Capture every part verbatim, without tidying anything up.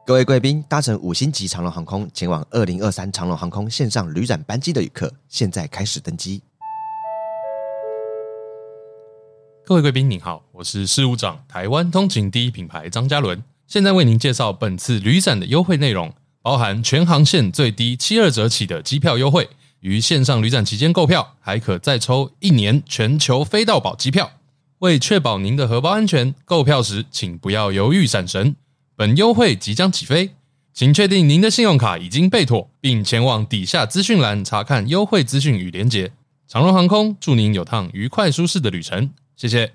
各位贵宾，搭乘五星级长荣航空前往二零二三长荣航空线上旅展班机的旅客，现在开始登机。 各位贵宾您好，我是事务长台湾通勤第一品牌张嘉伦，现在为您介绍本次旅展的优惠内容，包含全航线最低七二折起的机票优惠，于线上旅展期间购票还可再抽一年全球飞到宝机票。为确保您的荷包安全，购票时请不要犹豫闪神。本优惠即将起飞，请确定您的信用卡已经备妥，并前往底下资讯栏查看优惠资讯与连结。长荣航空祝您有趟愉快舒适的旅程，谢谢。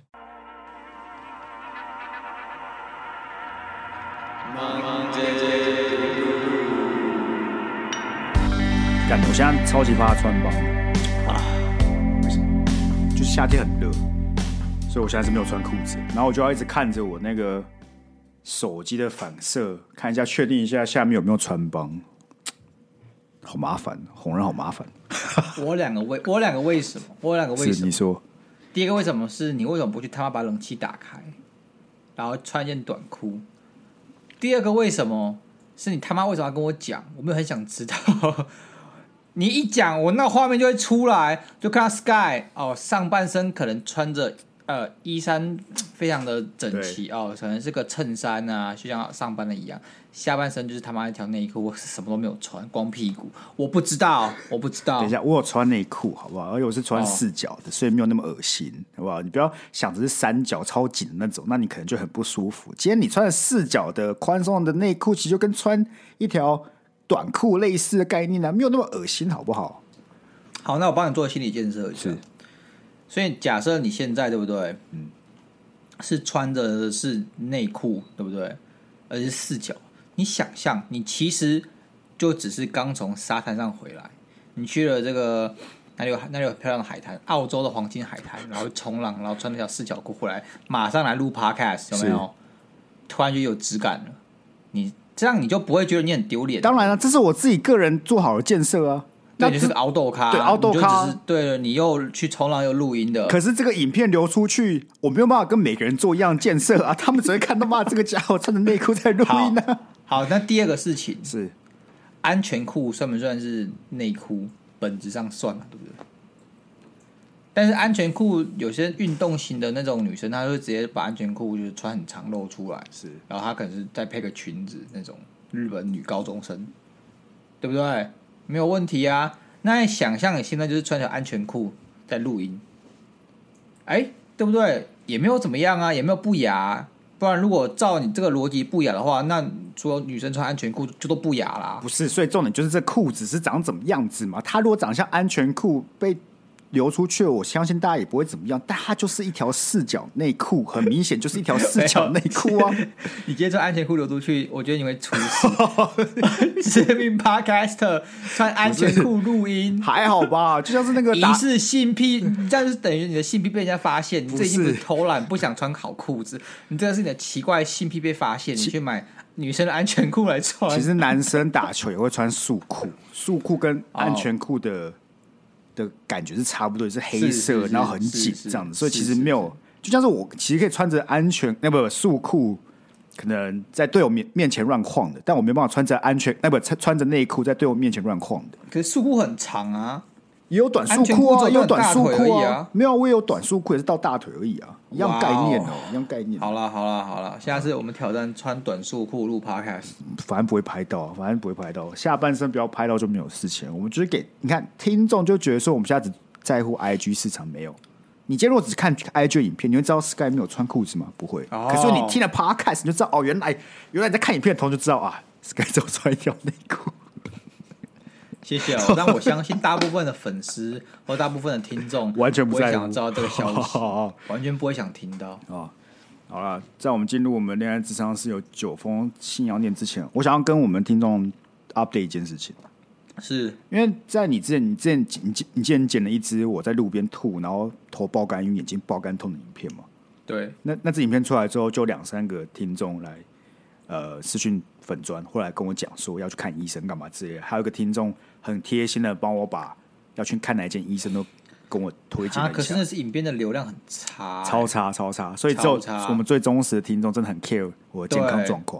干，我现在超级怕穿帮啊！为什么？就是夏天很热，所以我现在是没有穿裤子，然后我就要一直看着我那个手机的反射，看一下，确定一下下面有没有穿帮。好麻烦，红人好麻烦。 我两个为，我两个为什么？我两个为什么？ 是你说。 第一个为什么是你为什么不去他妈把冷气打开，然后穿一件短裤？第二个为什么是你他妈为什么要跟我讲？我没有很想知道。你一讲，我那画面就会出来，就看到 Sky 哦，上半身可能穿着呃衣衫非常的整齐哦，可能是个衬衫啊，就像上班的一样。下半身就是他妈一条内裤，我什么都没有穿，光屁股。我不知道，我不知道。 等一下，我有穿内裤，好不好？而且我是穿四角的，哦、所以没有那么恶心，好不好？你不要想着是三角超紧的那种，那你可能就很不舒服。今天你穿了四角的宽松的内裤，其实就跟穿一条短裤类似的概念啊，没有那么恶心，好不好？ 好，那我帮你做心理建设一下。所以假设你现在对不对？嗯，是穿着的是内裤，对不对？而且是四角。你想象，你其实就只是刚从沙滩上回来，你去了这个哪里有哪里有漂亮的海滩，澳洲的黄金海滩，然后冲浪，然后穿那条四角裤回来，马上来录 podcast， 有没有？突然就有质感了，你这样你就不会觉得你很丢脸。 当然了，这是我自己个人做好的建设啊。 那你是个凹豆咖， 对凹豆咖， 你对了，你又去冲浪又录音的。 可是这个影片流出去，我没有办法跟每个人做一样的建设啊，他们只会看到妈这个家伙穿着内裤在录音呢、啊。 好，那第二个事情是安全裤算不算是内裤？本质上算了，对不对？但是安全裤有些运动型的那种女生，她会直接把安全裤就是穿很长露出来， 是， 然后她可能是再配个裙子，那种日本女高中生，对不对？没有问题啊。那你想象你现在就是穿条安全裤在录音，哎，对不对？也没有怎么样啊，也没有不雅、啊。不然，如果照你这个逻辑不雅的话，那所有女生穿安全裤就都不雅啦。 不是，所以重点就是这裤子是长怎么样子嘛？它如果长像安全裤被流出去了，我相信大家也不会怎么样。但它就是一条四角内裤，很明显就是一条四角内裤啊！ 你今天穿安全裤流出去，我觉得你会出事。知名 podcaster 穿安全裤录音， 还好吧？就像是那个疑似性癖，这样就是等于你的性癖被人家发现。你这已经不是偷懒，不想穿好裤子，你这个是你的奇怪性癖被发现，你去买女生的安全裤来穿。 其实男生打球也会穿束裤，束裤跟安全裤的。哦的感觉是差不多，是黑色，然后很紧这样子，所以其实没有，就像是我其实可以穿着安全那不束裤，可能在队友面面前乱晃的，但我没办法穿着安全那不穿着内裤在队友面前乱晃的。 可是束裤很长啊， 也有短束裤啊，也有短束裤啊，没有，我也有短束裤，也是到大腿而已啊，一样概念哦，一样概念。 好啦好啦好啦，下次我们挑战穿短束裤录 podcast， 反正不会拍到，反正不会拍到，下半身不要拍到就没有事情。我们就是给你看，听众就觉得说我们现在只在乎 I G 市场，没有。你今天如果只看 I G 影片，你会知道 Sky 没有穿裤子吗？不会。哦、可是你听了 podcast， 你就知道哦，原来原来在看影片的同学就知道啊 ，Sky 只有穿一条内裤。 谢谢哦，但我相信大部分的粉丝或大部分的听众完全不会想知道这个消息，完全不会想听到。 哦，好了，在我们进入我们恋爱智商是有九封信要念之前，我想要跟我们听众 update 一件事情， 是因为在你之前，你之前你你之前剪了一支我在路边吐，然后头爆干晕、眼睛爆干痛的影片嘛？ 对， 那那支影片出来之后，就两三个听众来呃私讯粉专，后来跟我讲说要去看医生干嘛之类的，还有一个听众很贴心的帮我把要去看哪一间医生都跟我推荐了一下。啊， 可是那是影片的流量很差，欸， 超差超差，所以只有我们最忠实的听众真的很 care 我的健康状况。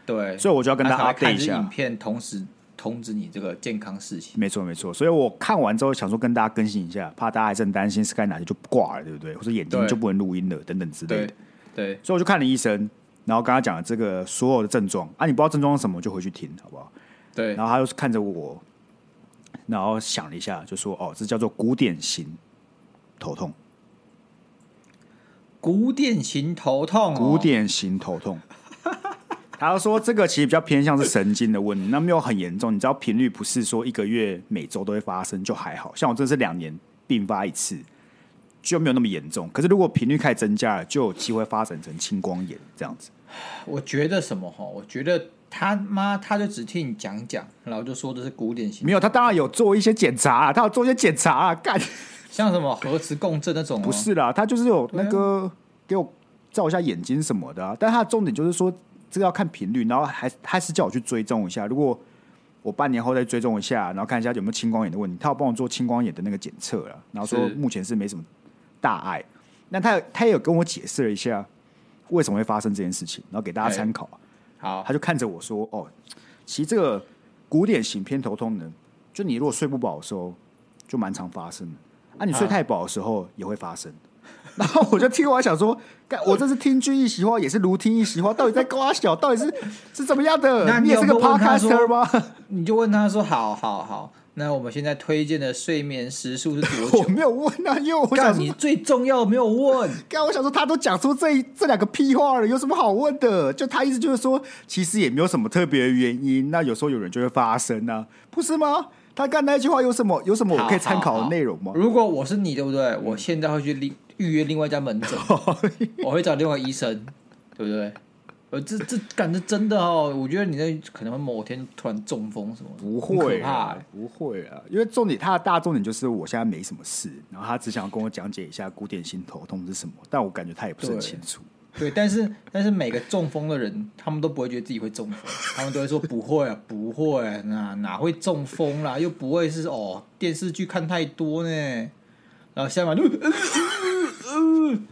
对， 所以我就要跟大家 update 一下影片，同时通知你这个健康事情。 没错没错，所以我看完之后想说跟大家更新一下，怕大家还是很担心 Sky 哪天就挂了，对不对？或者眼睛就不能录音了等等之类的。 对，对， 所以我就看了医生，然后跟他讲了这个所有的症状啊，你不知道症状是什么就回去听，好不好？ 对。 然后他就看着我，然后想了一下，就说：“哦，这叫做古典型头痛。” 古典型头痛、哦， 古典型头痛。他说这个其实比较偏向是神经的问题，那没有很严重。你知道频率不是说一个月每周都会发生就还好，像我这是两年并发一次，就没有那么严重。可是如果频率开始增加了，就有机会发展成青光眼这样子。 我觉得什么哈？我觉得他妈他就只听你讲讲，然后就说这是古典型。 没有，他当然有做一些检查，他有做一些检查啊，干。 像什么核磁共振那种、哦？ 不是啦，他就是有那个、啊、给我照一下眼睛什么的、啊，但他的重点就是说这个要看频率，然后还还是叫我去追踪一下，如果我半年后再追踪一下，然后看一下有没有青光眼的问题，他有帮我做青光眼的那个检测了，然后说目前是没什么大碍。那他他也有跟我解释了一下为什么会发生这件事情，然后给大家参考。 好， 他就看着我说：“哦，其实这个古典型偏头痛呢，就你如果睡不饱的时候，就蛮常发生的。”啊，你睡太饱的时候也会发生，啊、然后我就听完想说，我这是听君一席话，也是如听一席话，到底在瓜小，到底是是怎么样的？ 那你也是个 podcaster 吗？ 你就问他说，好好好，那我们现在推荐的睡眠时数是多久？ 我没有问啊，因为我想你最重要没有问。 刚我想说，他都讲出这这两个屁话了，有什么好问的？就他意思就是说，其实也没有什么特别的原因，那有时候有人就会发生啊，不是吗？他刚那句话有什么有什么我可以参考的内容吗？ 如果我是你，对不对？我现在会去预约另外一家门诊，我会找另外一个医生，对不对？我这这感觉真的哦，我觉得你那可能会某天突然中风什么的， 不会啊， 不会啊，因为重点他的大重点就是我现在没什么事，然后他只想跟我讲解一下古典型头痛是什么，但我感觉他也不是很清楚。 对，但是但是每个中风的人，他们都不会觉得自己会中风，他们都会说不会啊，不会啊，哪哪会中风啦？又不会是哦，电视剧看太多呢。然后下面就，呃呃呃、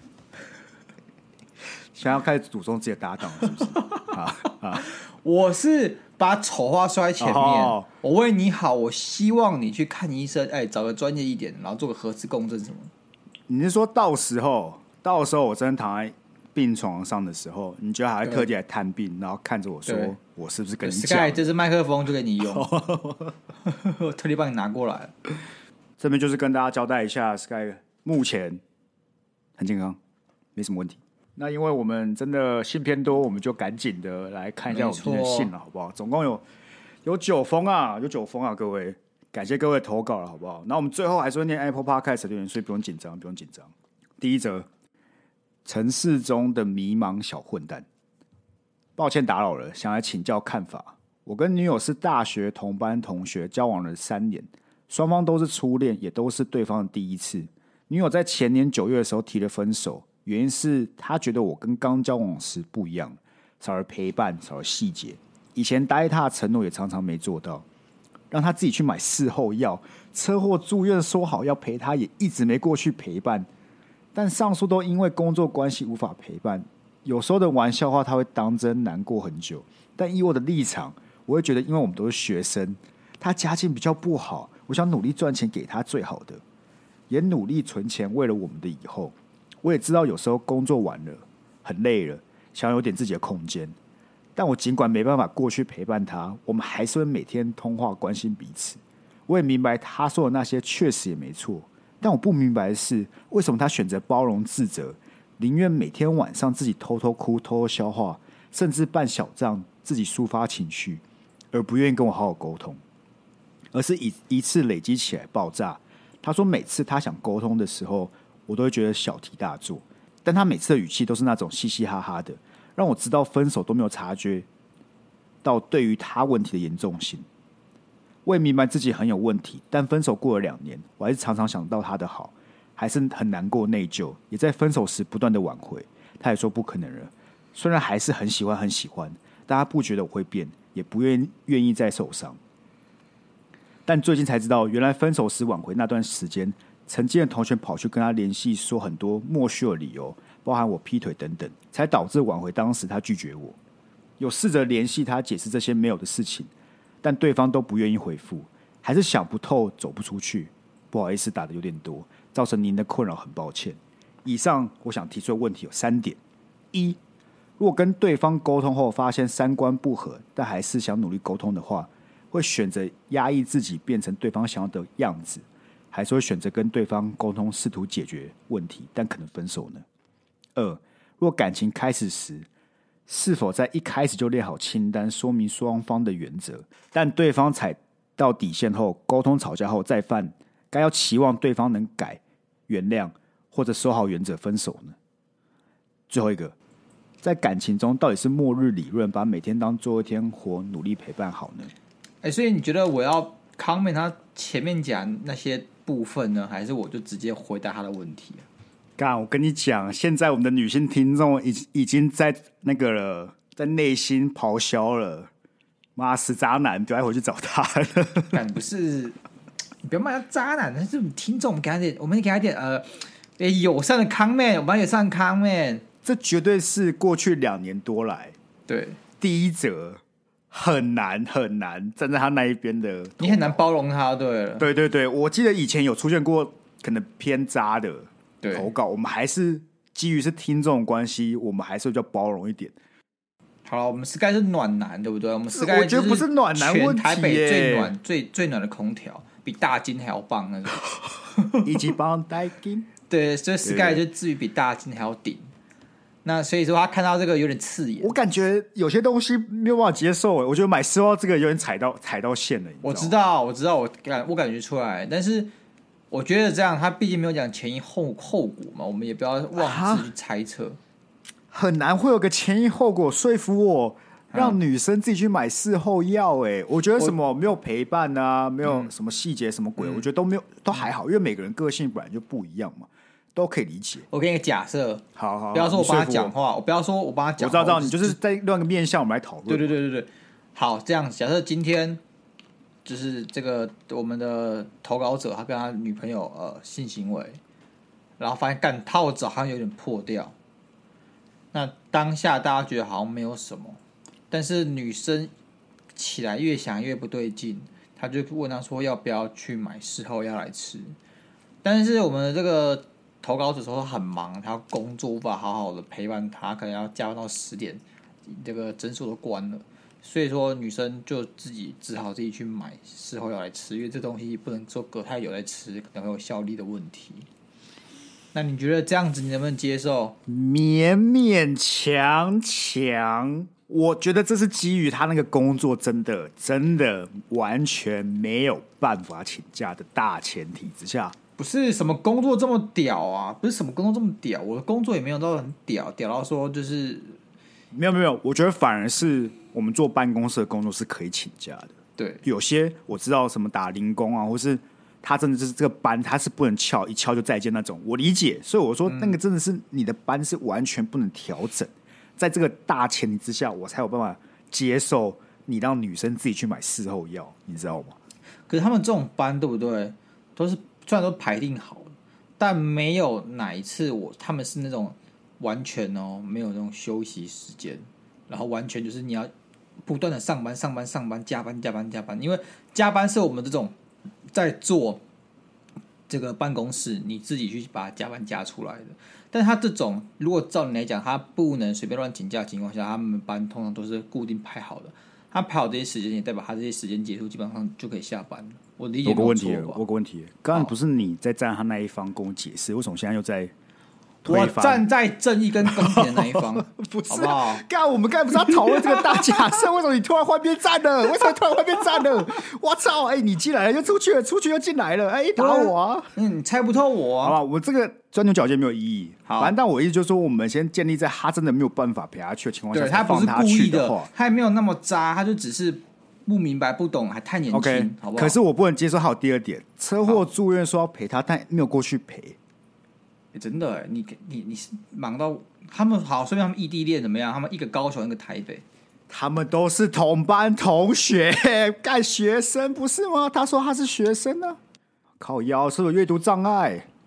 想要开始祖宗自己的搭档是不是？啊啊！ 我是把丑话说在前面，哦、我为你好，我希望你去看医生，哎，找个专业一点，然后做个核磁共振什么。 你是说到时候，到时候我真的躺在病床上的时候，你就还会特地来探病，然后看着我说我是不是跟你讲 Sky 这支麦克风就给你用我特地帮你拿过来了。 这边就是跟大家交代一下 Sky 目前很健康，没什么问题。那因为我们真的信偏多，我们就赶紧的来看一下我们今天的信了，好不好？总共有有九封啊，有九封啊，各位，感谢各位投稿了，好不好？那我们最后还是会念 Apple Podcast 的留言，所以不用紧张，不用紧张。第一则。城市中的迷茫小混蛋，抱歉打扰了，想来请教看法。我跟女友是大学同班同学，交往了三年，双方都是初恋，也都是对方的第一次。女友在前年九月的时候提了分手，原因是她觉得我跟刚交往时不一样，少了陪伴，少了细节。以前答应她的承诺也常常没做到，让她自己去买事后药，车祸住院说好要陪她，也一直没过去陪伴。但上述都因为工作关系无法陪伴，有时候的玩笑话他会当真，难过很久。但以我的立场，我会觉得，因为我们都是学生，他家境比较不好，我想努力赚钱给他最好的，也努力存钱为了我们的以后。我也知道有时候工作完了很累了，想要有点自己的空间，但我尽管没办法过去陪伴他，我们还是会每天通话关心彼此。我也明白他说的那些确实也没错。但我不明白的是，为什么他选择包容自责，宁愿每天晚上自己偷偷哭、偷偷消化，甚至办小账自己抒发情绪，而不愿意跟我好好沟通，而是一一次累积起来爆炸。他说每次他想沟通的时候，我都会觉得小题大做，但他每次的语气都是那种嘻嘻哈哈的，让我知道分手都没有察觉到对于他问题的严重性。我也明白自己很有问题，但分手过了两年，我还是常常想到他的好，还是很难过内疚，也在分手时不断的挽回。他也说不可能了，虽然还是很喜欢很喜欢，但他不觉得我会变，也不愿愿意再受伤。但最近才知道，原来分手时挽回那段时间，曾经的同学跑去跟他联系，说很多莫须有的理由，包含我劈腿等等，才导致挽回当时他拒绝我。 有试着联系他解释这些没有的事情，但对方都不愿意回复，还是想不透走不出去。不好意思打的有点多，造成您的困扰，很抱歉。以上我想提出的问题有三点：一，如果跟对方沟通后发现三观不合，但还是想努力沟通的话，会选择压抑自己变成对方想要的样子，还是会选择跟对方沟通试图解决问题，但可能分手呢？二，如果感情开始时，是否在一开始就列好清单，说明双方的原则，但对方踩到底线后，沟通吵架后再犯，该要期望对方能改、原谅，或者守好原则分手呢？最后一个，在感情中到底是末日理论，把每天当最后一天活，努力陪伴好呢？ 哎、欸，所以你觉得我要 comment 他前面讲那些部分呢，还是我就直接回答他的问题啊？ 干，我跟你讲，现在我们的女性听众已已经在那个了，在内心咆哮了。妈，死渣男，不要回去找他了。 干，不是，你不要骂他渣男，但是听众，我们给他点，我们给他点呃，友善的 comment， 我们友善的 comment。 这绝对是过去两年多来， 对第一则很难很难站在他那一边的， 你很难包容他。对了， 对对对，我记得以前有出现过可能偏渣的投稿，我们还是基于是听众关系，我们还是比较包容一点。 好了，我们 Sky 是暖男，对不对？我们 Sky 我觉得不是暖男问题， 全台北最暖、最最暖的空调，比大金还要棒那种， 一级棒大金。 对，所以 Sky 就至于比大金还要顶。那所以说他看到这个有点刺眼， 我感觉有些东西没有办法接受。我觉得买丝袜这个有点踩到踩到线了。 我知道，我知道，我感我感觉出来，但是我觉得这样，他毕竟没有讲前因后后果嘛，我们也不要妄自去猜测。 很难会有个前因后果说服我，让女生自己去买事后药。哎、欸，我觉得什么没有陪伴啊，没有什么细节什么鬼、嗯，我觉得都没有，都还好，因为每个人个性本来就不一样嘛。都可以理解。 我给你个假设， 好好， 不要说我帮他讲话，我不要说我帮他讲话， 我知道，你就是在另外一个面向，我们来讨论。 对对对对对，好，这样假设今天就是这个我们的投稿者，他跟他女朋友呃性行为，然后发现干套子好像有点破掉，那当下大家觉得好像没有什么，但是女生起来越想越不对劲，他就问他说要不要去买事后药来吃，但是我们的这个投稿者说他很忙，他要工作，无法好好的陪伴他，可能要加班到十点，这个诊所都关了，所以说女生就自己只好自己去买事后药来吃，因为这东西不能说隔太久再吃，可能会有效力的问题。那你觉得这样子你能不能接受？ 勉勉强强，我觉得这是基于他那个工作真的真的完全没有办法请假的大前提之下。 不是什么工作这么屌啊，不是什么工作这么屌，我的工作也没有到很屌，屌到说就是没有没有，我觉得反而是我们做办公室的工作是可以请假的。 对， 有些我知道什么打零工啊，或是他真的就是这个班他是不能翘，一翘就再见那种，我理解。所以我说那个真的是你的班是完全不能调整，在这个大前提之下，我才有办法接受你让女生自己去买事后药，你知道吗？ 可是他们这种班对不对，都是虽然都排定好了，但没有哪一次我他们是那种完全哦没有那种休息时间，然后完全就是你要不断的上班上班上班加班加班加班，因为加班是我们这种在做这个办公室你自己去把加班加出来的，但他这种如果照你来讲，他不能随便乱请假的情况下，他们班通常都是固定排好的。他排好这些时间，也代表他这些时间结束，基本上就可以下班了。我理解没有错吧？ 我有个问题，我有个问题，刚刚不是你在站他那一方跟我解释，为什么现在又在推翻？ 我站在正义跟公平的那一方， 不是？ 好不好？ 刚我们刚才不是要讨论这个大假设？为什么你突然换边站了？为什么突然换边站了？我操！哎、欸，你进来了又出去了，出去又进来了，哎、欸，打我啊！ 嗯，你猜不透我啊！ 好吧，我这个钻牛角尖没有意义。好，反正但我意思就是说，我们先建立在他真的没有办法陪他去的情况下， 对他不是故意的， 他也没有那么渣，他就只是不明白、不懂，还太年轻， okay, 好不好？ 可是我不能接受。还有第二点，车祸住院说要陪他，但没有过去陪。 欸、真的哎，你你你是忙到他们好，顺便他们异地恋怎么样？他们一个高雄，一个台北， 他们都是同班同学，干学生不是吗？他说他是学生呢、啊，靠腰是不是阅读障碍？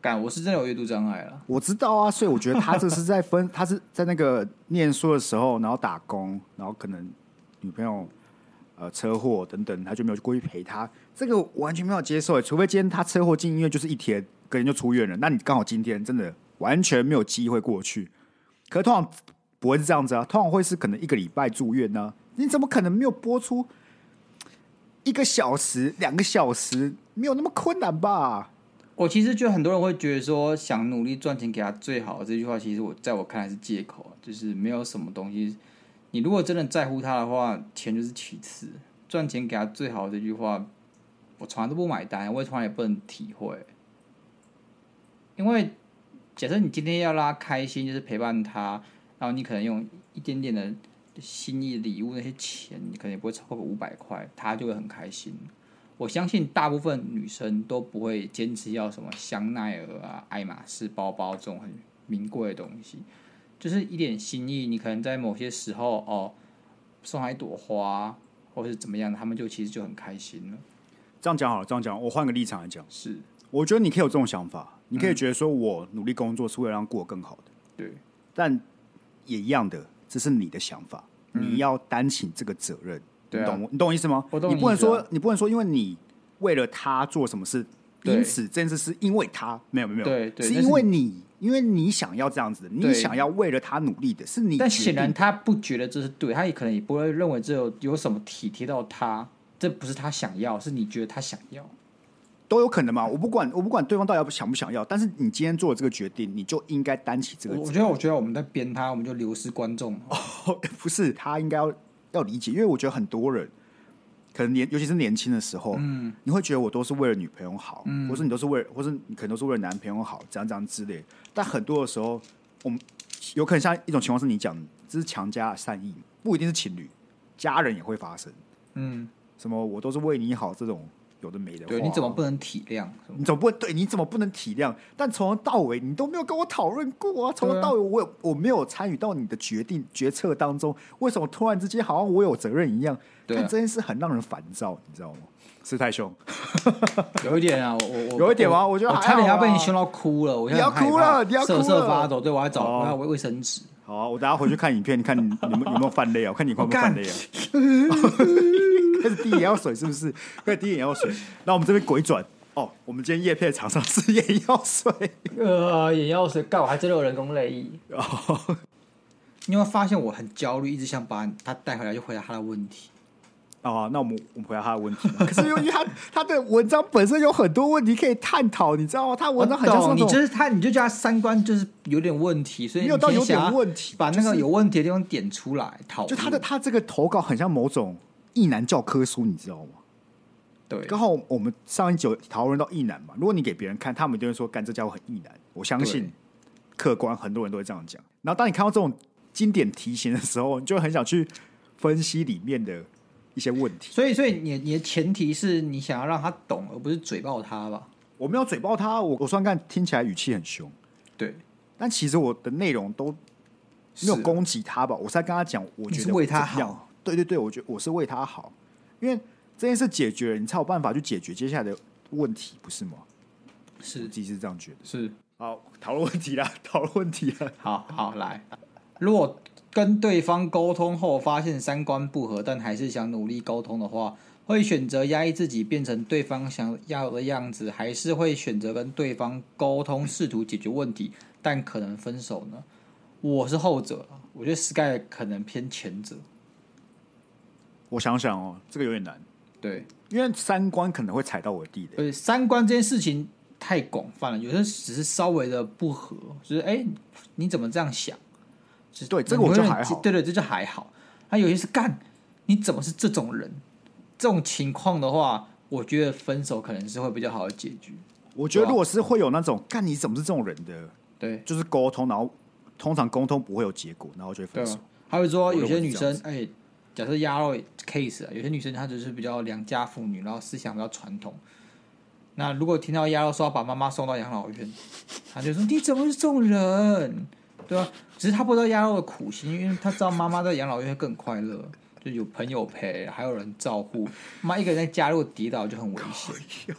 干，我是真的有阅读障碍了。 我知道啊，所以我觉得他这是在分，他是在那个念书的时候，然后打工，然后可能女朋友呃车祸等等，他就没有过去陪他，这个完全没有接受，除非今天他车祸进医院就是一天，隔天就出院了，那你刚好今天真的完全没有机会过去。可是通常不会是这样子啊，通常会是可能一个礼拜住院呢、啊，你怎么可能没有播出一个小时、两个小时？没有那么困难吧？ 我其实觉得很多人会觉得说，想努力赚钱给他最好的这句话，其实我在我看来是借口，就是没有什么东西。你如果真的在乎他的话，钱就是其次。赚钱给他最好的这句话，我从来都不买单，我也从来也不能体会。因为假设你今天要让他开心，就是陪伴他，然后你可能用一点点的心意礼物，那些钱你可能也不会超过五百块，他就会很开心。我相信大部分女生都不会坚持要什么香奈儿啊、爱马仕包包这种很名贵的东西，就是一点心意。你可能在某些时候哦，送她一朵花，或是怎么样，他们就其实就很开心了。 这样讲好了，这样讲，我换个立场来讲， 是， 我觉得你可以有这种想法，你可以觉得说我努力工作是为了让过得更好的， 对， 但也一样的，这是你的想法， 嗯、 你要担起这个责任。 对啊、 你懂你懂我意思吗？ 我懂你意思啊、 你不能说，你不能说，因为你为了他做什么事，因此这件事是因为他，没有没有， 对对， 是因为你，因为你想要这样子的，你想要为了他努力的，是你。 但显然他不觉得这是对，他也可能也不会认为这有有什么体贴到他，这不是他想要，是你觉得他想要， 都有可能嘛。我不管，我不管对方到底想不想要，但是你今天做了这个决定，你就应该担起这个责任。 我觉得，我觉得我们在编他，我们就流失观众。 哦，不是，他应该要要理解，因为我觉得很多人。可能年，尤其是年轻的时候，嗯，你会觉得我都是为了女朋友好，嗯，或是你都是为了，或是你可能都是为了男朋友好，这样这样之类。但很多的时候，我们有可能像一种情况是你讲，这是强加的善意，不一定是情侣，家人也会发生。嗯，什么我都是为你好这种有的没的话， 对，你怎么不能体谅？ 你怎么不对？你怎么不能体谅？但从头到尾你都没有跟我讨论过啊！从头到尾我有我没有参与到你的决定决策当中，为什么突然之间好像我有责任一样？ 对、啊， 但这件事很让人烦躁，你知道吗？是太凶， 有一点啊，我我有一点吗？我觉得我差点要被你凶到哭了，我你要哭了，你要哭了， 瑟瑟发抖。对，我要找我要卫生纸。 好、啊，我等下回去看影片，看你有没有有没有犯累啊？我看你有没有犯累啊？开始滴眼药水是不是？开始滴眼药水。那我们这边鬼转哦，我们今天业配的厂商是眼药水。 呃，眼药水，干我还真的有人工泪液。哦，你有没有发现我很焦虑，一直想把他带回来，就回答他的问题。 哦，那我们我们回答他的问题。可是由于他他的文章本身有很多问题可以探讨，你知道吗？他文章很像是那种你就是他，你就叫他三观就是有点问题，所以没有到有点问题， 把那个有问题的地方点出来讨论。 就他的他这个投稿很像某种异男教科书，你知道吗？ 对， 刚好我们上一集有讨论到异男嘛，如果你给别人看，他们一定会说干这家伙很异男。我相信客观很多人都会这样讲。然后当你看到这种经典题型的时候，你就很想去分析里面的一些问题。 所以，所以你你的前提是你想要让他懂，而不是嘴爆他吧？ 我没有嘴爆他，我我虽然看听起来语气很凶， 对， 但其实我的内容都没有攻击他吧？我是在跟他讲，我觉得是为他好。 对对对，我觉得我是为他好，因为这件事解决了，你才有办法去解决接下来的问题，不是吗？ 是， 我自己是这样觉得。 是， 好，讨论问题啦，讨论问题啦。 好好来，如果跟对方沟通后发现三观不合，但还是想努力沟通的话，会选择压抑自己变成对方想要的样子，还是会选择跟对方沟通，试图解决问题，但可能分手呢？我是后者，我觉得 Sky 可能偏前者。 我想想哦，这个有点难。 对， 因为三观可能会踩到我的地雷。 对，三观这件事情太广泛了，有些只是稍微的不合，就是哎、欸，你怎么这样想？ 对，这个我就还好。 对对，这就还好。他有些是干，你怎么是这种人？这种情况的话，我觉得分手可能是会比较好的结局。 我觉得如果是会有那种干你怎么是这种人的， 对， 就是沟通，然后通常沟通不会有结果，然后就会分手。 他会说有些女生，哎、欸，假设鸭肉 case 啊，有些女生她只是比较良家妇女，然后思想比较传统。那如果听到鸭肉说要把妈妈送到养老院，他就说你怎么是这种人？对吧？只是他不知道鸭肉的苦心，因为他知道妈妈在养老院会更快乐，就有朋友陪，还有人照顾。妈一个人在家如果跌倒就很危险。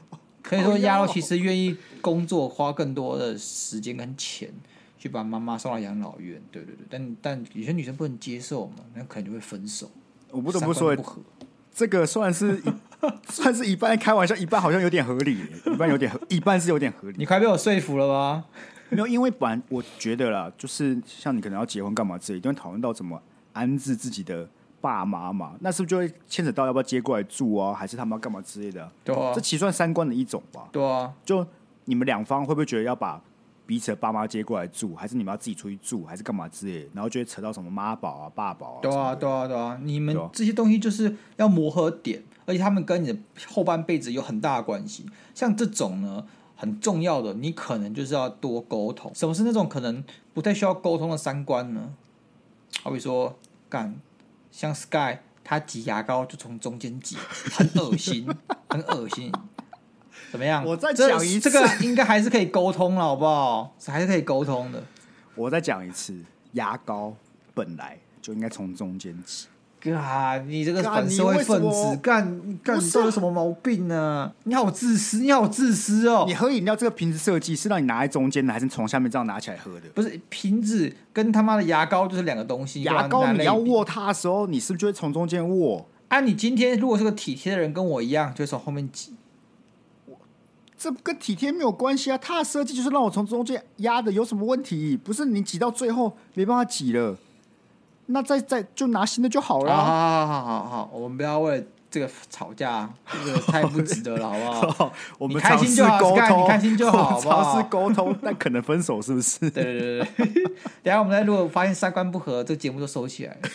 可以说鸭肉其实愿意工作，花更多的时间跟钱去把妈妈送到养老院，对对对，但但有些女生不能接受嘛，那可能就会分手。 我不得不说，这个算是算是一半开玩笑，一半好像有点合理，一半有点合，一半是有点合理。 你快被我说服了吗？ 没有，因为本来我觉得啦，就是像你可能要结婚干嘛之类，一定会讨论到怎么安置自己的爸妈嘛，那是不是就会牵扯到要不要接过来住啊，还是他们要干嘛之类的、啊？ 对啊， 这其实算三观的一种吧。 对啊， 就你们两方会不会觉得要把彼此的爸妈接过来住，还是你们要自己出去住，还是干嘛之类的？然后就会扯到什么妈宝啊、爸宝啊。 对啊，对啊，对啊，你们这些东西就是要磨合点，而且他们跟你的后半辈子有很大的关系。像这种呢，很重要的，你可能就是要多沟通。什么是那种可能不太需要沟通的三观呢？好比说，干像 Sky， 他挤牙膏就从中间挤，很恶心，很恶心。怎么样？ 我再讲一次， 这个应该还是可以沟通了，好不好？还是可以沟通的。 我再讲一次，牙膏本来就应该从中间挤。 干，你这个反社会分子，干干，你到底有什么毛病呢？你好自私，你好自私哦！ 你喝饮料这个瓶子设计是让你拿在中间的，还是从下面这样拿起来喝的？ 不是，瓶子跟他妈的牙膏就是两个东西。 牙膏你要握它的时候，你是不是就会从中间握？ 啊，你今天如果是个体贴的人，跟我一样，就会从后面挤。 这跟体贴没有关系啊，它的设计就是让我从中间压的，有什么问题？不是你挤到最后没办法挤了，那再再就拿新的就好了、啊。 好好好好好，我们不要为了这个吵架，这个太不值得了，好不好？ 我们开心就好， 沟通， 你开心就好，好不好？ 尝试沟通，但可能分手，是不是？ 对对对对，等一下我们再如果发现三观不合，这个节目就收起来了。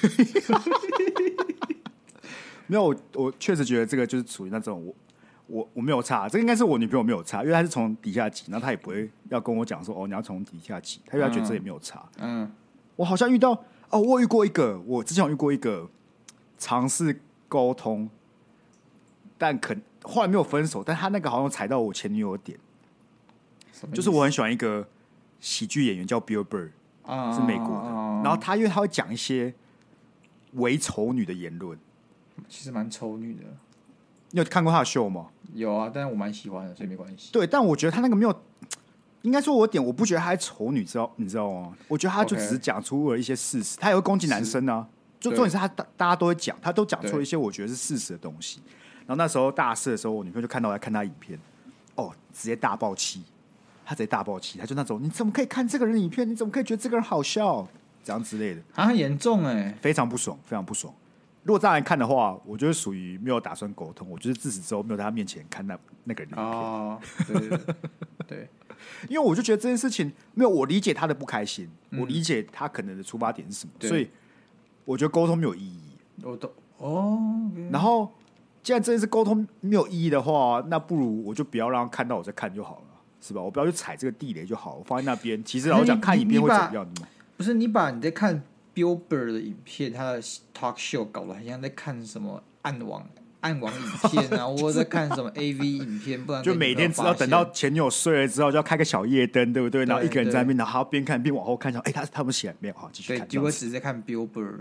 没有，我我确实觉得这个就是属于那种我。我我没有差，这个应该是我女朋友没有差，因为她是从底下挤，然后她也不会要跟我讲说哦你要从底下挤，她因为她觉得这也没有差。嗯，我好像遇到哦，我遇过一个，我之前有遇过一个尝试沟通，但可后来没有分手，但他那个好像踩到我前女友的点，就是我很喜欢一个喜剧演员叫 Bill Burr，、嗯、是美国的，嗯、然后他因为他会讲一些伪丑女的言论， 其实蛮丑女的。 你有看过他的秀吗？ 有啊，但是我蛮喜欢的，所以没关系。 对，但我觉得他那个没有，应该说我点，我不觉得他是丑女，知道你知道吗？我觉得他就只是讲出了一些事实， okay. 他也会攻击男生啊。就重点是他大家都会讲，他都讲出了一些我觉得是事实的东西。然后那时候大四的时候，我女朋友就看到我在看他影片，哦，直接大爆气，他直接大爆气，他就那种你怎么可以看这个人的影片？你怎么可以觉得这个人好笑？这样之类的， 啊，很严重哎、欸， 非常不爽，非常不爽。如果这样来看的话，我就是属于没有打算沟通，我就是自此之后没有在他面前看那那个人的影片。 哦，对对 对, 对， 因为我就觉得这件事情没有，我理解他的不开心，嗯、我理解他可能的出发点是什么，所以我觉得沟通没有意义。 我都哦， okay. 然后既然这件事沟通没有意义的话，那不如我就不要让他看到我在看就好了，是吧？我不要去踩这个地雷就好，我放在那边。其实老实讲，看影片会怎么样？ 不是你把你在看 Bill Burr 的影片，他的 talk show 搞得很像在看什么暗网暗网影片啊，或者在看什么 A V 影片，不然就每天只要等到前女友睡了之后，就要开个小夜灯，对不对？然后一个人在那边，然后他边看边往后看，说：“哎、欸，他他们起来没有？好，继续看。” 对，结果只是在看 Bill Burr。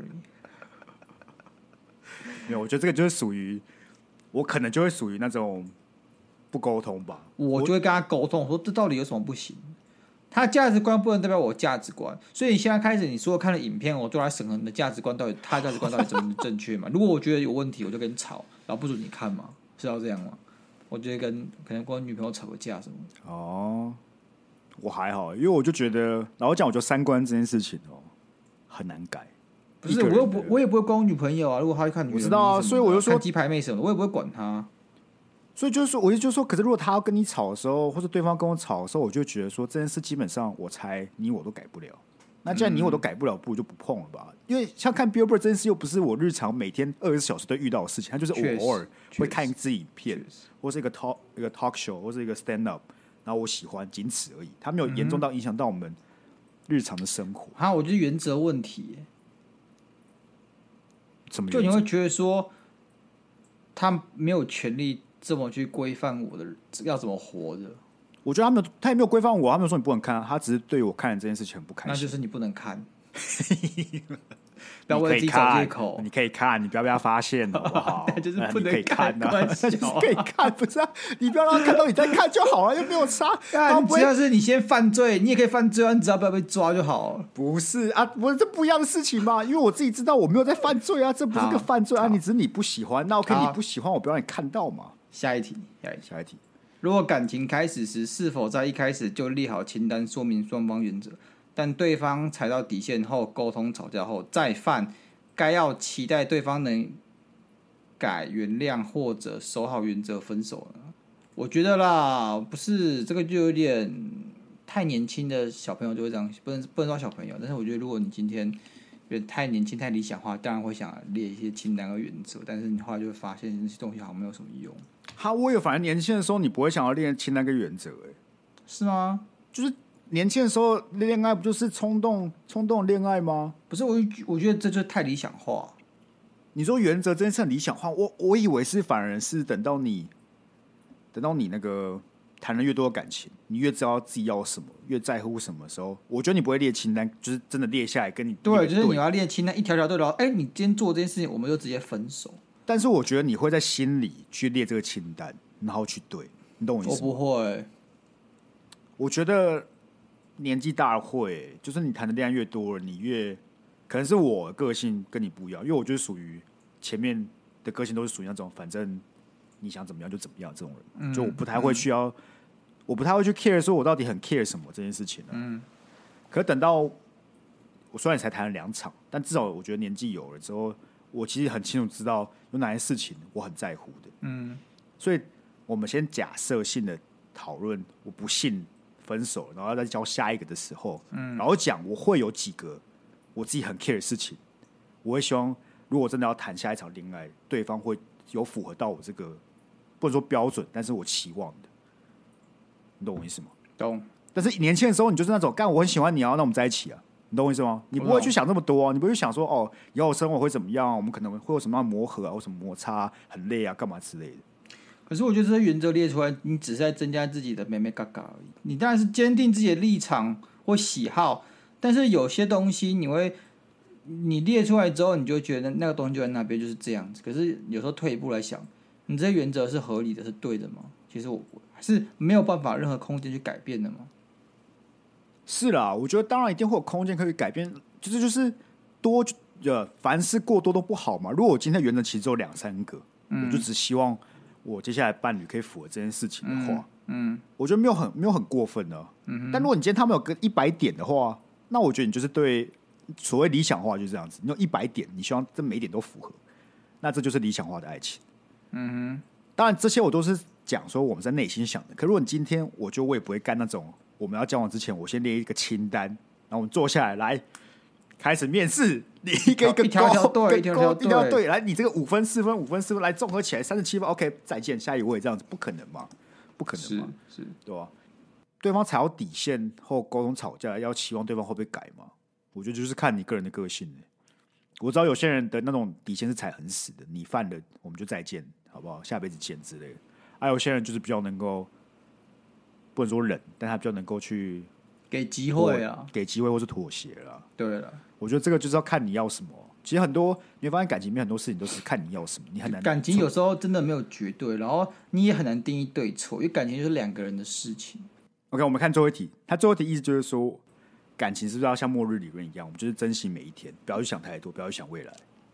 没有，我觉得这个就是属于我可能就会属于那种不沟通吧。 我就会跟他沟通，说这到底有什么不行？他的价值观不能代表我价值观，所以你现在开始，你所有看的影片，我都来审核你的价值观到底，他的价值观到底怎么正确嘛？如果我觉得有问题，我就跟你吵，然后不准你看嘛，是要这样吗？我觉得跟可能跟我女朋友吵个架什么。 哦，我还好，因为我就觉得，然后讲，我觉得三观这件事情哦很难改。 不是，我又不，我也不会管我女朋友啊。如果她去看女， 我知道啊，所以我就说看鸡排妹什么的，我也不会管她。 所以就是说，我就说，可是如果他要跟你吵的时候，或者对方跟我吵的时候，我就觉得说这件事基本上我猜你我都改不了。那既然你我都改不了，不如就不碰了吧。因为像看 Billboard 这件事又不是我日常每天二十四小时都遇到的事情，它就是我偶尔会看一支影片，或是一个 talk 一个 talk show， 或是一个 stand up， 然后我喜欢，仅此而已。它没有严重到影响到我们日常的生活。 啊，我觉得原则问题。 怎么就你会觉得说他没有权利这么去规范我的要怎么活着？ 我觉得他没有，他也没有规范我，他没有说你不能看、啊，他只是对我看的这件事情很不开心。 那就是你不能看。 不要为自己找借口。 你可以看，你不要被他发现，好不好？ 就是不能你可以看啊， 那就是可以看，不是啊？你不要让他看到你在看就好了，又没有差。 啊，只要是你先犯罪，你也可以犯罪啊，你只要不要被抓就好了。 不是啊，不是这不一样的事情嘛？因为我自己知道我没有在犯罪啊，这不是个犯罪啊，你只是你不喜欢，那 OK， 你不喜欢我不要让你看到嘛。 下一题，下一题， 下一题。 如果感情开始时，是否在一开始就列好清单，说明双方原则，但对方踩到底线后，沟通吵架后再犯，该要期待对方能改、原谅或者守好原则分手呢？我觉得啦，不是这个就有点太年轻的小朋友就会这样，不能不能说小朋友，但是我觉得如果你今天有点太年轻、太理想化，当然会想列一些清单和原则，但是你后来就会发现那些东西好像没有什么用。 哈，我有，反正年轻的时候你不会想要练清单跟原则，哎， 是吗？ 就是年轻的时候恋爱不就是冲动冲动恋爱吗？ 不是，我我觉得这就是太理想化。 你说原则这件事很理想化，我我以为是反而是等到你等到你那个谈了越多的感情，你越知道自己要什么，越在乎什么的时候，我觉得你不会列清单，就是真的列下来跟你对，就是你要列清单一条条对了。哎，你今天做这件事情，我们就直接分手。 但是我觉得你会在心里去列这个清单，然后去对，你懂我意思吗？ 我不会。 我觉得年纪大了会，就是你谈的恋爱越多了，你越可能是我个性跟你不一样，因为我就是属于前面的个性都是属于那种反正你想怎么样就怎么样这种人，嗯、就我不太会需要，嗯、我不太会去 care 说我到底很 care 什么这件事情、啊、嗯。可等到我虽然才谈了两场，但至少我觉得年纪有了之后。我其实很清楚知道有哪些事情我很在乎的，嗯，所以我们先假设性的讨论，我不信分手，然后再教下一个的时候，嗯，然后讲我会有几个我自己很 care 的事情，我会希望如果真的要谈下一场恋爱，对方会有符合到我这个不能说标准，但是我期望的，你懂我意思吗？ 懂。 但是年轻的时候，你就是那种干我很喜欢你啊，那我们在一起啊。你懂我意思吗？你不会去想那么多、啊，你不会去想说哦，以后生活会怎么样？我们可能会有什么样的磨合啊，或什么摩擦、啊，很累啊，干嘛之类的。 可是我觉得这些原则列出来，你只是在增加自己的美美嘎嘎而已。你当然是坚定自己的立场或喜好，但是有些东西你会，你列出来之后，你就会觉得那个东西就在那边就是这样子。可是有时候退一步来想，你这些原则是合理的，是对的吗？其实我还是没有办法任何空间去改变的嘛。 是啦，我觉得当然一定会有空间可以改变，就是就是多呃，凡事过多都不好嘛。如果我今天原则其实只有两三个，嗯、我就只希望我接下来伴侣可以符合这件事情的话，嗯，嗯我觉得没有很没有很过分的。嗯，但如果你今天他们有个一百点的话，那我觉得你就是对所谓理想化就是这样子，你有一百点，你希望这每一点都符合，那这就是理想化的爱情。嗯哼，当然这些我都是讲说我们在内心想的。可如果你今天，我觉得我也不会干那种。我们要交往之前，我先列一个清单，然后我们坐下来，来开始面试，你一个一个一条条对，一条条对，一条对，来，你这个五分、四分、五分、四分，来综合起来三十七分 ，OK， 再见，下一位，这样子不可能嘛？不可能嘛？ 是是， 对吧？对方踩到底线后沟通吵架，要期望对方会不会改嘛？我觉得就是看你个人的个性、欸。我知道有些人的那种底线是踩很死的，你犯了我们就再见，好不好？下辈子见之类的。还、啊、有些人就是比较能够。不能说忍，但他比较能够去给机会啊， 给机会或是妥协啦。 对了， 我觉得这个就是要看你要什么。其实很多你会发现感情里面很多事情都是看你要什么，你很难。 感情有时候真的没有绝对，然后你也很难定义对错，因为感情就是两个人的事情。 OK， 我们看最后一题，他最后一题意思就是说，感情是不是要像末日理论一样，我们就是珍惜每一天，不要去想太多，不要去想未来。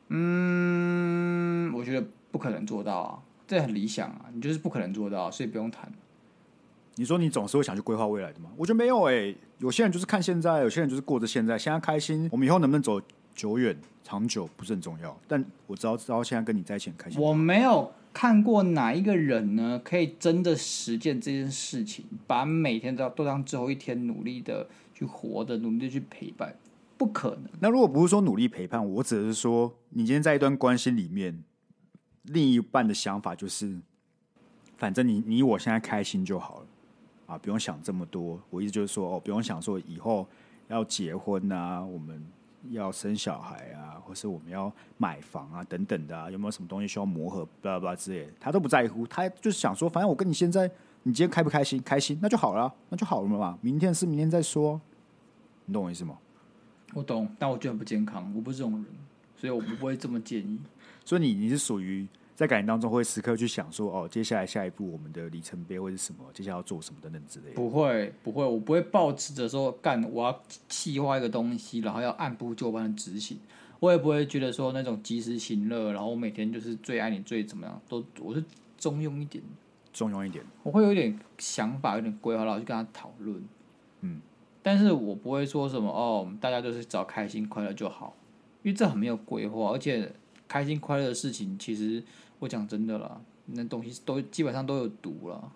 嗯，我觉得不可能做到啊，这很理想啊，你就是不可能做到，所以不用谈。 你说你总是会想去规划未来的吗？我觉得没有诶、欸。有些人就是看现在，有些人就是过着现在，现在开心。我们以后能不能走久远、长久不是很重要，但我知道知道现在跟你在一起很开心。 我没有看过哪一个人呢，可以真的实践这件事情，把每天都都当最后一天努力的去活的，努力的去陪伴，不可能。 那如果不是说努力陪伴，我指的是说，你今天在一段关系里面，另一半的想法就是，反正你你我现在开心就好了。啊，不用想这么多。我意思就是说，哦，不用想说以后要结婚啊，我们要生小孩啊，或是我们要买房啊等等的啊，有没有什么东西需要磨合，巴拉巴拉之类的，他都不在乎。他就是想说，反正我跟你现在，你今天开不开心？开心，那就好了，那就好了嘛。明天是明天再说，你懂我意思吗？ 我懂，但我觉得很不健康，我不是这种人，所以我不会这么建议。 所以你你是属于在感情当中会时刻去想说，哦，接下来下一步我们的里程碑会是什么？接下来要做什么等等之类的。 不会，不会，我不会抱持着说干我要企划一个东西，然后要按部就班的执行。我也不会觉得说那种及时行乐，然后我每天就是最爱你最怎么样，都我是中庸一点， 中庸一点。 我会有点想法，有点规划，然后去跟他讨论。 嗯， 但是我不会说什么哦，大家就是找开心快乐就好，因为这很没有规划，而且开心快乐的事情，其实我讲真的啦，那东西都基本上都有毒了，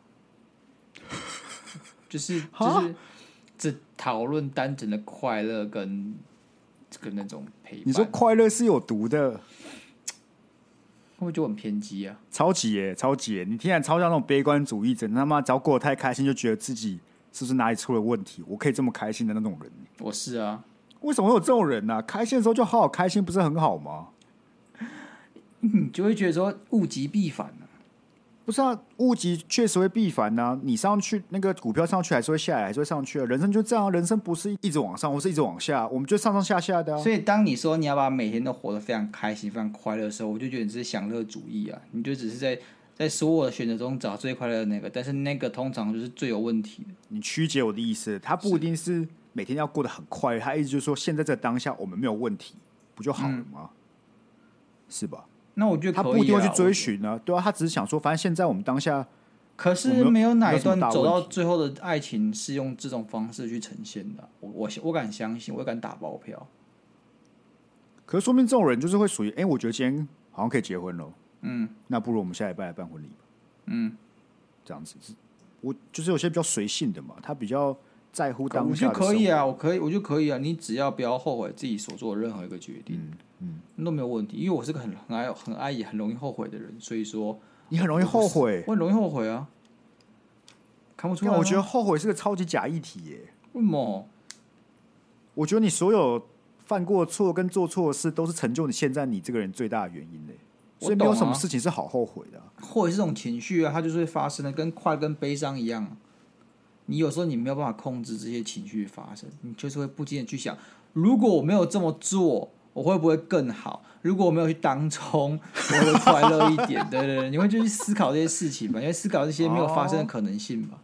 就是就是只讨论单纯的快乐跟跟那种陪伴。 你说快乐是有毒的， 会不会就很偏激啊？ 超级耶，超级耶！你听起来超像那种悲观主义者，你他妈只要过得太开心，就觉得自己是不是哪里出了问题？我可以这么开心的那种人， 我是啊。 为什么会有这种人呢、啊？开心的时候就好好开心，不是很好吗？ 你就会觉得说物极必反啊。 不是啊，物极确实会必反啊！你上去那个股票上去还是会下来，还是会上去啊。人生就这样，人生不是一直往上，或是一直往下，我们就上上下下的啊。 所以当你说你要把每天都活得非常开心、非常快乐的时候，我就觉得你是享乐主义啊！你就只是在在所有的选择中找最快乐的那个，但是那个通常就是最有问题的。 你曲解我的意思，他不一定是每天要过得很快乐，他意思就是说，现在这当下我们没有问题，不就好了吗？嗯、是吧？ 那我觉得可以、啊、 他不一定会去追寻呢、啊，对啊，他只是想说，反正现在我们当下， 可是没有哪一段走到最后的爱情是用这种方式去呈现的、啊，我我我敢相信，我敢打包票。 可是说明这种人就是会属于，哎、欸，我觉得今天好像可以结婚了， 嗯， 那不如我们下礼拜来办婚礼吧， 嗯， 这样子是，我就是有些比较随性的嘛，他比较在乎当下的生活。 我就可以啊，我可以，我就可以啊，你只要不要后悔自己所做的任何一个决定。嗯嗯，都没有问题，因为我是个很很爱、很爱也很容易后悔的人，所以说你很容易后悔， 我很容易后悔啊，看不出来。 我觉得后悔是个超级假议题耶。 为什么？ 我觉得你所有犯过错跟做错的事，都是成就你现在你这个人最大的原因嘞。所以没有什么事情是好后悔的、啊。 后悔是这种情绪啊，它就是会发生的，跟快跟悲伤一样。你有时候你没有办法控制这些情绪发生，你就是会不禁的去想，如果我没有这么做。我会不会更好？如果我没有去当冲，我会快乐一点。对对对，你会就去思考这些事情吧，你会思考这些没有发生的可能性吧。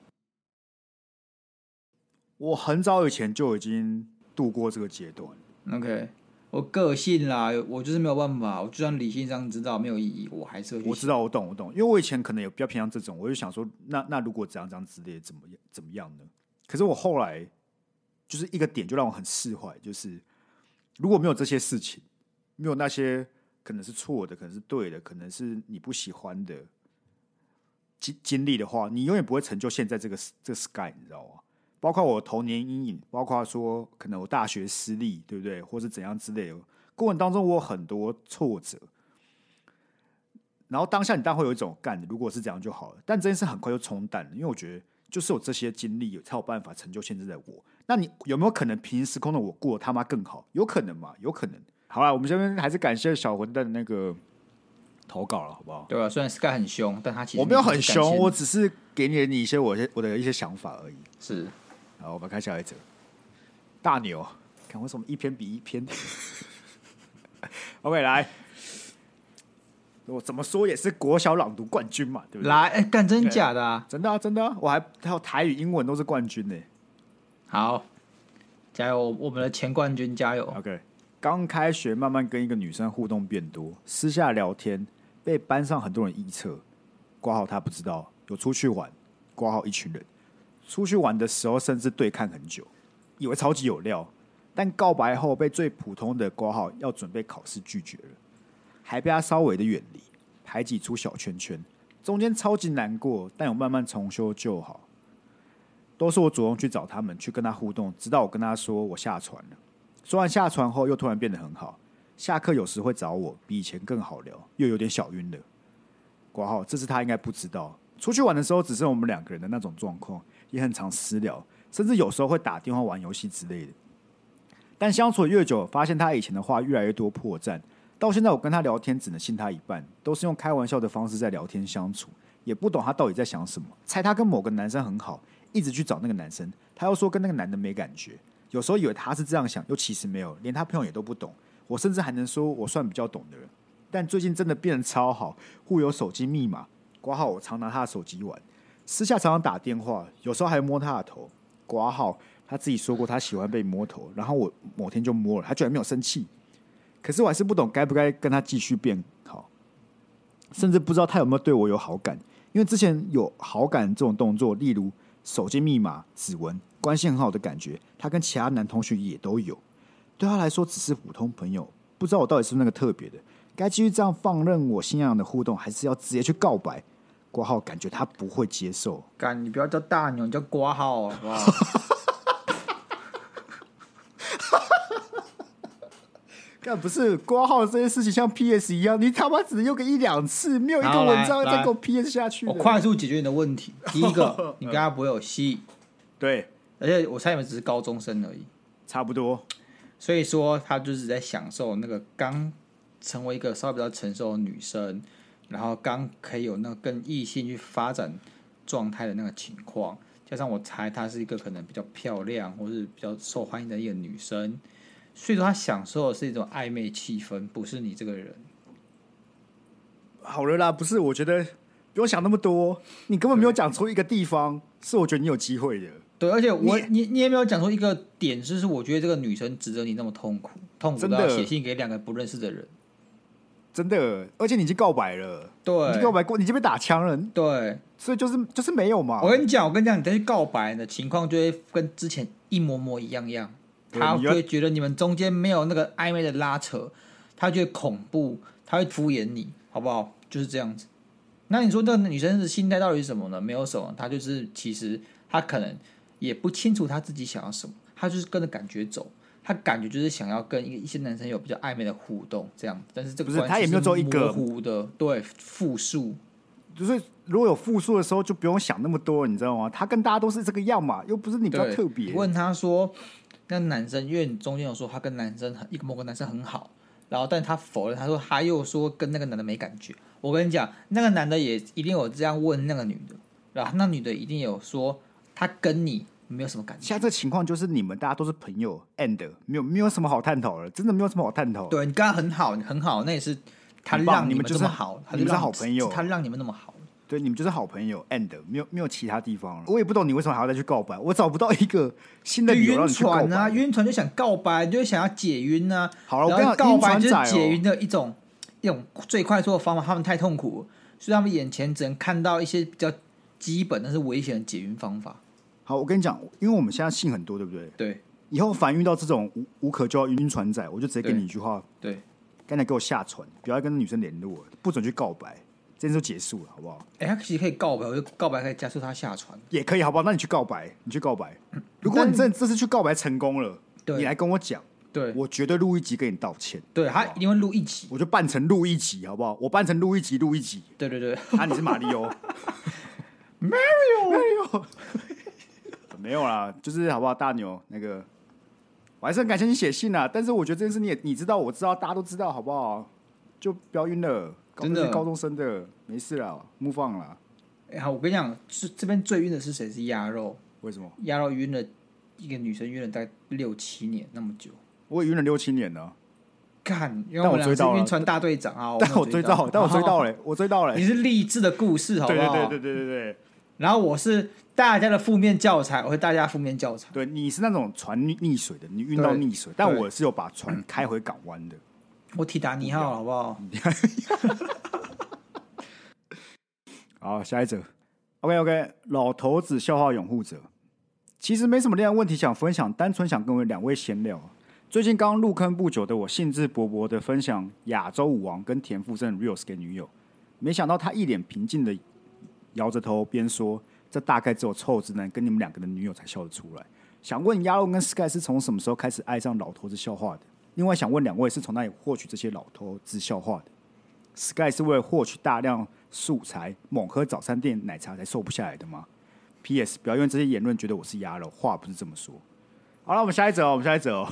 我很早以前就已经度过这个阶段。 OK， 我个性啦，我就是没有办法。我就算理性上知道没有意义，我还是会去。 我知道，我懂，我懂。因为我以前可能也比较偏向这种，我就想说，那那如果怎样怎样之类，怎么怎么样呢？可是我后来就是一个点，就让我很释怀，就是。如果没有这些事情，没有那些可能是错的，可能是对的，可能是你不喜欢的经经历的话，你永远不会成就现在这个这个 sky， 你知道吗？包括我童年阴影，包括说可能我大学失利，对不对？或是怎样之类的，过程当中我有很多挫折，然后当下你当然会有一种干，如果是这样就好了，但这件事很快就冲淡了，因为我觉得就是有这些经历才有办法成就现在的我。那你有没有可能平行时空的我过得他妈更好？有可能嘛？有可能。好啦，我们这边还是感谢小混蛋的那个投稿了，好不好？ 对啊，虽然 Sky 很凶，但他其实我没有很凶，我只是给你你一些我我的一些想法而已。 是， 好，我们看下一则。大牛，看为什么一篇比一篇？OK， 来，我怎么说也是国小朗读冠军嘛，对不对？ 来，哎，干真假的啊？ 真的啊，真的啊！我还还有台语、英文都是冠军呢、欸。 好，加油！我们的前冠军加油 ！OK， 刚开学，慢慢跟一个女生互动变多，私下聊天，被班上很多人臆测，挂号他不知道有出去玩，挂号一群人出去玩的时候，甚至对看很久，以为超级有料，但告白后被最普通的挂号要准备考试拒绝了，还被他稍微的远离，排挤出小圈圈，中间超级难过，但有慢慢重修就好。都是我主动去找他们，去跟他互动，直到我跟他说我下船了。说完下船后，又突然变得很好。下课有时会找我，比以前更好聊，又有点小晕了。挂号，这次他应该不知道。出去玩的时候，只剩我们两个人的那种状况，也很常私聊，甚至有时候会打电话玩游戏之类的。但相处越久，发现他以前的话越来越多破绽。到现在，我跟他聊天只能信他一半，都是用开玩笑的方式在聊天相处，也不懂他到底在想什么。猜他跟某个男生很好。一直去找那个男生，他又说跟那个男的没感觉， 有时候以为他是这样想，又其实没有，连他朋友也都不懂。我甚至还能说我算比较懂的人，但最近真的变得超好，互有手机密码，挂号我常拿他的手机玩，私下常常打电话，有时候还摸他的头，挂号他自己说过他喜欢被摸头，然后我某天就摸了，他居然没有生气。可是我还是不懂该不该跟他继续变好，甚至不知道他有没有对我有好感，因为之前有好感这种动作，例如手机密码、指纹，关系很好的感觉，他跟其他男同学也都有。对他来说只是普通朋友，不知道我到底是不是那个特别的，该继续这样放任我心痒的互动，还是要直接去告白？挂号感觉他不会接受。 干，你不要叫大牛，你叫挂号好不好？ 干不是挂号这件事情像 P S 一样，你他妈只能用个一两次，没有一个文章再给我 P S 下去。 我快速解决你的问题。第一个，你跟他不会有戏， 对， 而且我猜你们只是高中生而已， 差不多。 所以说他就是在享受那个刚成为一个稍微比较成熟的女生，然后刚可以有那个跟异性去发展状态的那个情况。加上我猜她是一个可能比较漂亮或是比较受欢迎的一个女生。所以说他享受的是一种暧昧气氛，不是你这个人。 好了啦，不是，我觉得不用想那么多，你根本没有讲出一个地方是我觉得你有机会的。 对，而且我你你也没有讲出一个点，就是我觉得这个女生值得你那么痛苦，痛苦到写信给两个不认识的人。 真的，而且你已经告白了， 对， 你已经告白过，你已经被打枪了， 对， 所以就是就是没有嘛。 我跟你讲，我跟你讲，你再去告白的情况就会跟之前一模模一样样。他就会觉得你们中间没有那个暧昧的拉扯，他觉得恐怖，他会敷衍你，好不好？就是这样子。那你说那个女生的心态到底是什么呢？没有什么，她就是其实她可能也不清楚她自己想要什么，她就是跟着感觉走。她感觉就是想要跟一些男生有比较暧昧的互动，这样。但是这个关系是模糊的，对，复数。 就是如果有复数的时候，就不用想那么多，你知道吗？他跟大家都是这个样嘛，又不是你比较特别。 问他说。那男生，因为你中间有说他跟男生一个某个男生很好，然后但他否认，他说他又说跟那个男的没感觉。我跟你讲，那个男的也一定有这样问那个女的，然后那女的一定有说他跟你没有什么感觉。 现在这个情况就是你们大家都是朋友 ，and 没有没有什么好探讨了，真的没有什么好探讨。 对你跟他很好，你很好，那也是他让你们这么好， 你们是好朋友， 他让你们那么好。 对，你们就是好朋友 ，and 没有没有其他地方了。我也不懂你为什么还要再去告白，我找不到一个新的理由让你去告白。 晕船啊，晕船就想告白，就想要解晕啊。 好了，我跟你讲， 告白就是解晕的一种、哦、一种最快速的方法。他们太痛苦了，所以他们眼前只能看到一些比较基本但是危险的解晕方法。 好，我跟你讲，因为我们现在信很多，对不对？ 对。 以后凡遇到这种 无, 无可救药晕船仔，我就直接给你一句话： 对， 刚才给我下船，不要跟女生联络，不准去告白。这件事就结束了，好不好？ 哎、欸，他其实可以告白，我觉得告白可以加速他下船， 也可以，好不好？那你去告白，你去告白。如果你真的这次去告白成功了，你来跟我讲， 对， 我绝对录一集跟你道歉。 对，他一定会录一集， 我就扮成录一集，好不好？我扮成录一集，录一集。 对对对， 啊，你是马里欧 ，Mario，Mario， 没有啦，就是好不好？大牛那个，我还是很感谢你写信啦。但是我觉得这件事你也你知道，我知道，大家都知道，好不好？就不要晕了。真的，高中生的没事啦，move on啦。 哎、欸，好，我跟你讲，这这边最晕的是谁？是鸭肉。 为什么？ 鸭肉晕了一个女生，晕了大概六七年那么久。 我也晕了六七年了。 干，因为我们俩是晕船大队长啊！ 但我追到，但我追到了、欸，我追到了、欸。 你是励志的故事，好不好？ 对对对对对对。 然后我是大家的负面教材，我是大家负面教材。 对，你是那种船溺水的，你晕到溺水，但我是有把船开回港湾的。 我铁达尼号，好不好？ 好，下一则。OK OK， 老头子笑话拥护者。其实没什么恋爱问题想分享，单纯想跟两位闲聊。最近刚入坑不久的我，兴致勃勃的分享亚洲舞王跟田馥甄 reels 给女友，没想到他一脸平静的摇着头，边说：“这大概只有臭直男跟你们两个的女友才笑得出来。”想问鸭肉跟 Sky 是从什么时候开始爱上老头子笑话的？另外想问两位是从哪里获取这些老头子笑话的 ？Sky 是为了获取大量素材，猛喝早餐店奶茶才瘦不下来的吗 ？P S 不要因为这些言论觉得我是鸭肉，话不是这么说。好了，我们下一则哦，我们下一则哦。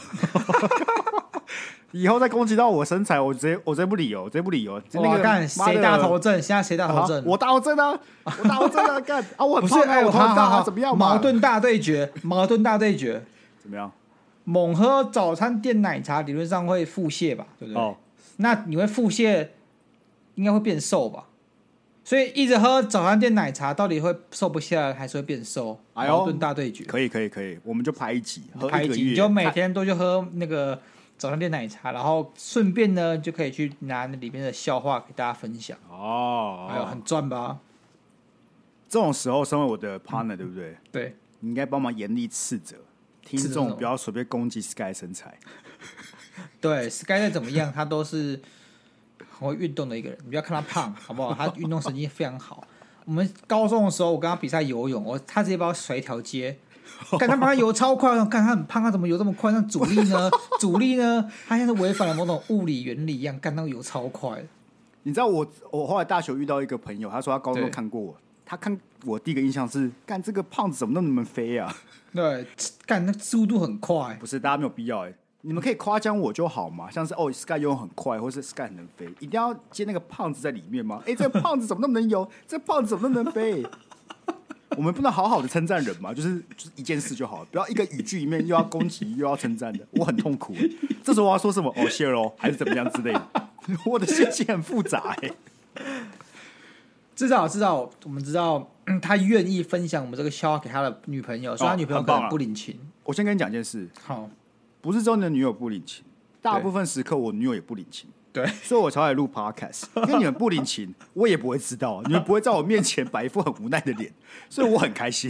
以后再攻击到我身材，我直接我直接不理哦，直接不理哦。 我看谁大头症，现在谁大头症？ 我大头症啊，我大头症啊，干啊！我很不是哎， 我头大啊，怎么样？ 矛盾大对决，矛盾大对决， 怎么样？ 猛喝早餐店奶茶，理论上会腹泻吧，对不对？哦，那你会腹泻，应该会变瘦吧？所以一直喝早餐店奶茶，到底会瘦不下来，还是会变瘦？ 哎呦， 矛盾大对决。 可以可以可以，我们就拍一集，喝拍一集，你就每天都去喝那个早餐店奶茶，然后顺便呢就可以去拿那里面的笑话给大家分享。 哦， 哎呦，很赚吧？ 这种时候，身为我的 partner，、嗯、对不对？ 对， 你应该帮忙严厉斥责听众，不要随便攻击 Sky 身材。 对 ，Sky 再怎么样，他都是很会运动的一个人。你不要看他胖，好不好？他运动神经非常好。我们高中的时候，我跟他比赛游泳，我他直接把我甩一条街，干他把他游超快，干他很胖，他怎么游这么快？那阻力呢？阻力呢？他现在违反了某种物理原理一样，干那个游超快。 你知道我我后来大学遇到一个朋友，他说他高中看过我。他看我第一个印象是，干这个胖子怎么那么能飞啊？ 对，干那速度很快。 不是，大家没有必要哎、欸，你们可以夸奖我就好嘛。像是哦 ，Sky 游泳很快，或是 Sky 很能飞，一定要接那个胖子在里面吗？哎、欸，这个胖子怎么那么能游？这个胖子怎么那么能飞？我们不能好好的称赞人嘛？就是就是一件事就好了，不要一个语句里面又要攻击又要称赞的，我很痛苦。这时候我要说什么？哦，谢喽，还是怎么样之类的？我的心情很复杂哎、欸。 至少至少我们知道、嗯、他愿意分享我们这个笑话给他的女朋友，所以他女朋友可能不领情、哦啊。我先跟你讲一件事， 好， 不是只有你的女友不领情，大部分时刻我女友也不领情。 对， 所以我才来录 podcast， 因为你们不领情，我也不会知道，你们不会在我面前摆一副很无奈的脸，所以我很开心。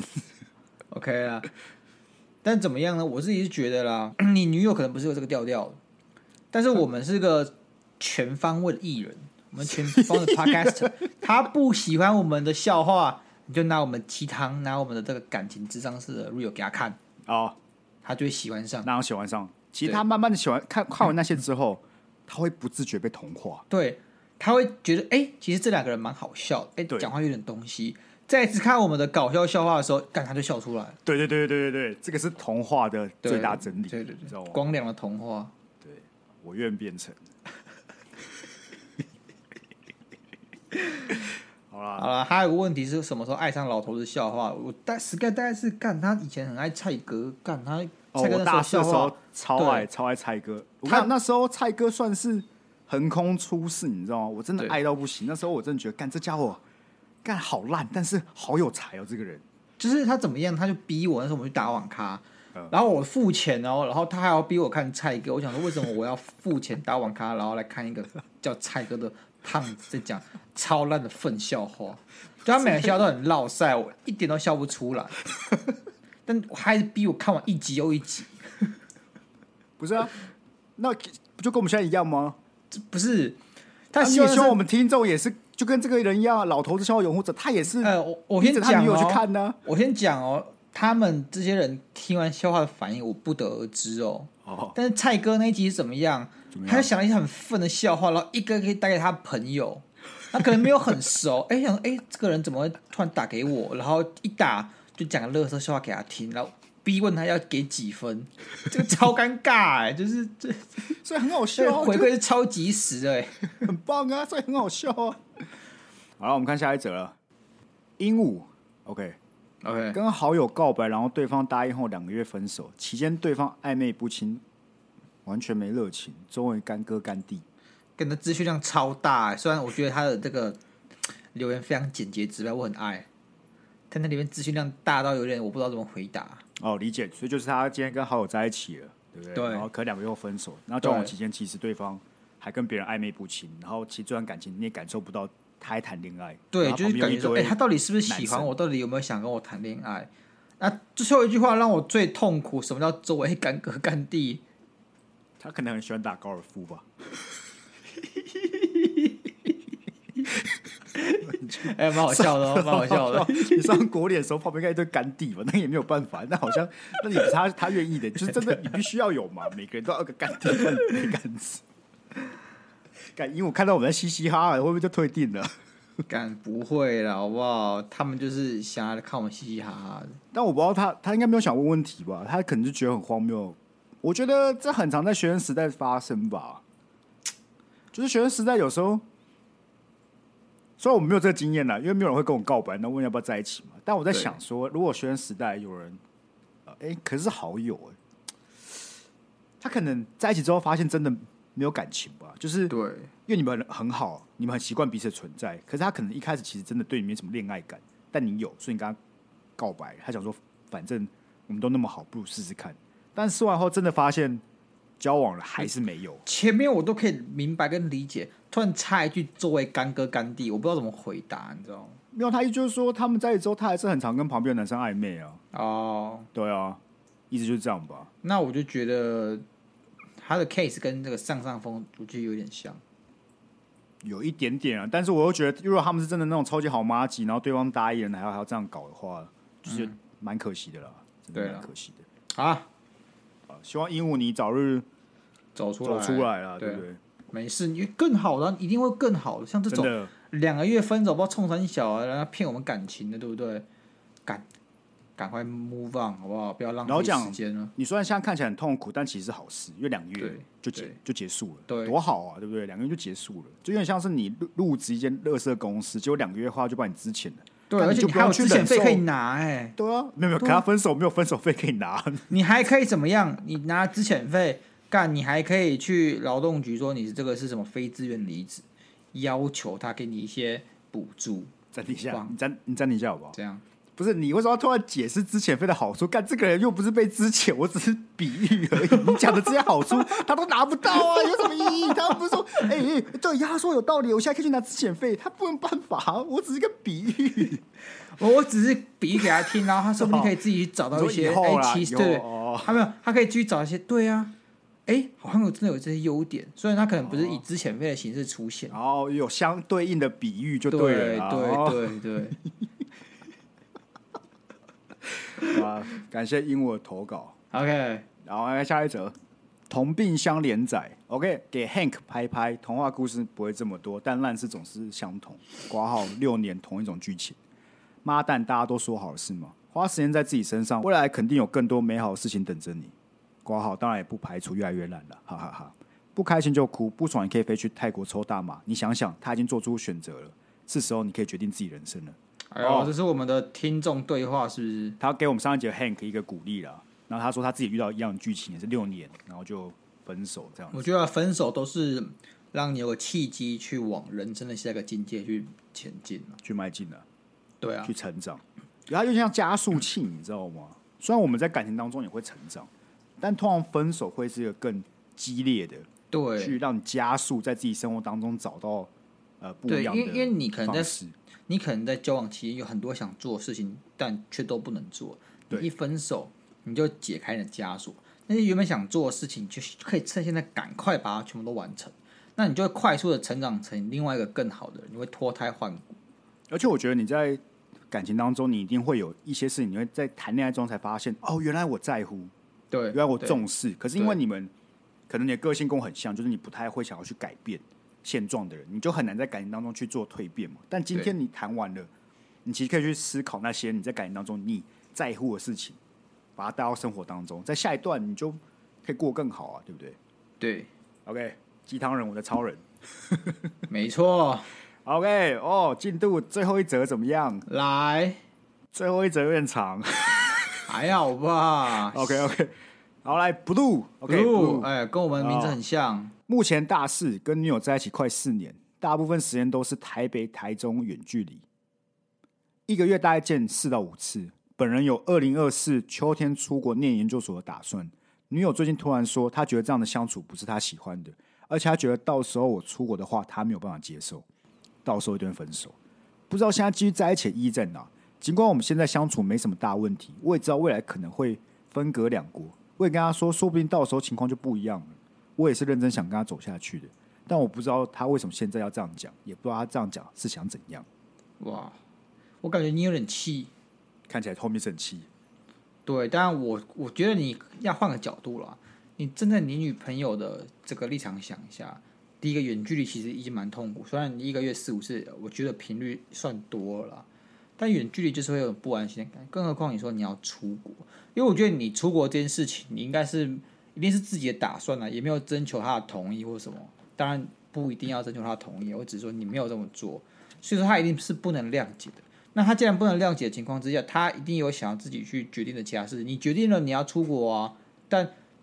OK 啦，但怎么样呢？我自己是觉得啦，你女友可能不是有这个调调，但是我们是个全方位的艺人。我们全方的 podcast， 他不喜欢我们的笑话，你就拿我们鸡汤，拿我们的这个感情智商式的 real 给他看， 哦， 他就会喜欢上， 那样喜欢上。其实他慢慢的喜欢看看完那些之后，他会不自觉被同化。 对，他会觉得哎、欸，其实这两个人蛮好笑，哎、欸，讲话有点东西。再一次看我们的搞笑笑话的时候，干他就笑出来。 对对对对对对，这个是童话的最大真理。 对对对， 你知道吗？ 光良的童话。 对，我愿变成。好啦， 好了，还有个问题是什么时候爱上老头子笑话？我大 Sky 大概是干他以前很爱蔡哥，干他蔡哥那时候笑话、哦、我大四的时候超爱超爱蔡哥。我看那时候蔡哥算是横空出世，你知道吗？我真的爱到不行。那时候我真的觉得干这家伙干好烂，但是好有才哦，这个人。 就是他怎么样，他就逼我。那时候我们去打网咖，嗯、然后我付钱哦，然后他还要逼我看蔡哥。我想说，为什么我要付钱打网咖，然后来看一个叫蔡哥的？胖子在讲超烂的粪笑话，就他每个笑话都很落塞，我一点都笑不出来。但我还是逼我看完一集又一集。 不是啊，那不就跟我们现在一样吗？ 不是，他希望、啊、希望我们听众也是就跟这个人一样，老头子笑话拥护者，他也是。 呃，我我先讲哦， 去看呢、啊。 我先讲哦，他们这些人听完笑话的反应，我不得而知哦。哦。但是蔡哥那一集是怎么样？他就想了一些很愤的笑话，然后一个可以打给他朋友，他可能没有很熟，哎、欸，想哎、欸，这个人怎么会突然打给我？然后一打就讲个垃圾笑话给他听，然后逼问他要给几分，这个超尴尬哎、欸，就是这， 所以很好笑、啊， 回馈是超及时的、欸， 很棒啊，所以很好笑啊。好了，我们看下一则了，鹦鹉 ，OK OK， 跟好友告白，然后对方答应后两个月分手，期间对方暧昧不清。完全没热情，终于干哥干弟， 跟他资讯量超大、欸。虽然我觉得他的这个留言非常简洁直白，我很爱，但那里面资讯量大到有点我不知道怎么回答。 哦，理解，所以就是他今天跟好友在一起了，对不对？ 对。 然后可两个月后分手，然后交往期间其实对方还跟别人暧昧不清，然后其实这段感情你也感受不到他还谈恋爱。 对，就是感觉说，哎、欸，他到底是不是喜欢我？到底有没有想跟我谈恋爱？那最后一句话让我最痛苦，什么叫周围干哥干弟？ 他可能很喜欢打高尔夫吧。 哎、欸，蛮好笑的哦，蛮好笑的。 你上国联的时候旁边应该一堆干弟吧，那也没有办法。那好像那也不是他他愿意的，就是真的你必须要有嘛，每个人都要有个干弟干干子。干，因为我看到我们在嘻嘻哈哈，会不会就退订了？ 干不会啦，好不好？他们就是想要看我们嘻嘻哈哈的。 但我不知道他他应该没有想问问题吧？他可能就觉得很荒谬。我觉得这很常在学生时代发生吧，就是学生时代有时候，虽然我们没有这个经验啦，因为没有人会跟我告白，那问要不要在一起嘛。但我在想说，如果学生时代有人，哎、欸，可是好友哎、欸， 他可能在一起之后发现真的没有感情吧，就是对， 因为你们很好，你们很习惯彼此的存在，可是他可能一开始其实真的对你没什么恋爱感，但你有，所以你跟他告白，他想说反正我们都那么好，不如试试看。但试完后真的发现交往了还是没有。 前面我都可以明白跟理解，突然插一句作为干哥干弟，我不知道怎么回答，你知道吗？ 没有，他意思就是说他们在一起之后，他还是很常跟旁边的男生暧昧啊。 哦， 对啊，意思就是这样吧。 那我就觉得他的 case 跟这个上上风，我觉得有点像。 有一点点啊，但是我又觉得，如果他们是真的那种超级好妈吉，然后对方答应了，还要还要这样搞的话，就是蛮可惜的啦，真的蛮可惜的。 啊， 希望鹦鹉你早日走出来， 走出来了， 对对不对？ 没事，因为更好的一定会更好的，像这种两个月分手不知道冲三小啊，然后骗我们感情的，对不对？赶赶快 move on 好不好？不要浪费时间了。 你虽然现在看起来很痛苦，但其实是好事，因为两个月就结就结束了， 对， 多好啊，对不对？两个月就结束了，就有点像是你入职一间垃圾公司，结果两个月后就把你资遣了。 对，而且你还有资遣费可以拿、欸，哎， 对啊，没有没有，跟他分手没有分手费可以拿， 你还可以怎么样？你拿资遣费干，你还可以去劳动局说你这个是什么非自愿离职，要求他给你一些补助。 暂停一下，你暂你暂停一下好不好？ 这样不是你为什么要突然解释资遣费的好处？干这个人又不是被资遣，我只是比喻而已。你讲的这些好处他都拿不到啊，有什么意义？他不是说，哎、欸欸，对，他说有道理，我现在可以去拿资遣费，他不能办法，我只是个比喻， 我只是比喻给他听，然后他说不定可以自己去找到一些哎，其实对，他没有，他可以去找一些对啊。哎、欸，好像有真的有这些优点，虽然他可能不是以资遣费的形式出现， 然后有相对应的比喻就对了， 对对对对。啊，感谢鹦鹉的投稿。 OK， 然后来下一则，同病相怜仔。OK， 给 Hank 拍拍。童话故事不会这么多，但烂事总是相同。挂号六年同一种剧情，妈蛋，大家都说好了是吗？花时间在自己身上，未来肯定有更多美好的事情等着你。挂号当然也不排除越来越烂了，哈哈哈。不开心就哭，不爽也可以飞去泰国抽大麻。你想想，他已经做出选择了，是时候你可以决定自己人生了。 哎呦，哦、这是我们的听众对话，是不是？ 他给我们上一节 Hank 一个鼓励啦，然后他说他自己遇到一样的剧情，也是六年，然后就分手这样子。 我觉得分手都是让你有个契机去往人生的下一个境界去前进了， 去迈进了， 对啊， 去成长。它就像加速器，你知道吗？虽然我们在感情当中也会成长，但通常分手会是一个更激烈的， 对， 去让你加速在自己生活当中找到呃不一样的方式。 因为因为你可能在你可能在交往期间有很多想做的事情，但却都不能做。你一分手，你就解开你的枷锁，那些原本想做的事情，就可以趁现在赶快把它全部都完成。那你就会快速的成长成另外一个更好的人，你会脱胎换骨。 而且我觉得你在感情当中，你一定会有一些事情，你会在谈恋爱中才发现，哦，原来我在乎， 对， 原来我重视。可是因为你们可能你的个性跟我很像，就是你不太会想要去改变现状的人，你就很难在感情当中去做蜕变嘛。但今天你谈完了，你其实可以去思考那些你在感情当中你在乎的事情，把它带到生活当中，在下一段你就可以过更好啊，对不对？ 对 ，OK， 鸡汤人，我的超人， 没错。 OK， 哦，进度最后一则怎么样？ 来， 最后一则有点长， 还好吧 ？OK OK， 好来 Blue，OK， Blue， 哎、欸，跟我们名字很像。 哦、目前大四，跟女友在一起快四年，大部分时间都是台北、台中远距离，一个月大概见四到五次。本人有二零二四秋天出国念研究所的打算。女友最近突然说，她觉得这样的相处不是她喜欢的，而且她觉得到时候我出国的话，她没有办法接受。到时候一定会分手，不知道现在继续在一起的意义在哪。尽管我们现在相处没什么大问题，我也知道未来可能会分隔两国。我也跟他说，说不定到时候情况就不一样了。我也是认真想跟他走下去的，但我不知道他为什么现在要这样讲，也不知道他这样讲是想怎样。 哇，我感觉你有点气， 看起来后面是很气。 对，当然我我觉得你要换个角度啦，你站在你女朋友的这个立场想一下。第一个远距离其实已经蛮痛苦，虽然你一个月四五次，我觉得频率算多了啦，但远距离就是会有不安心感，更何况你说你要出国，因为我觉得你出国这件事情，你应该是一定是自己的打算啦，也没有征求他的同意或什么，当然不一定要征求他的同意，我只是说你没有这么做，所以说他一定是不能谅解的。那他既然不能谅解的情况之下，他一定有想要自己去决定的其他事，你决定了你要出国啊，但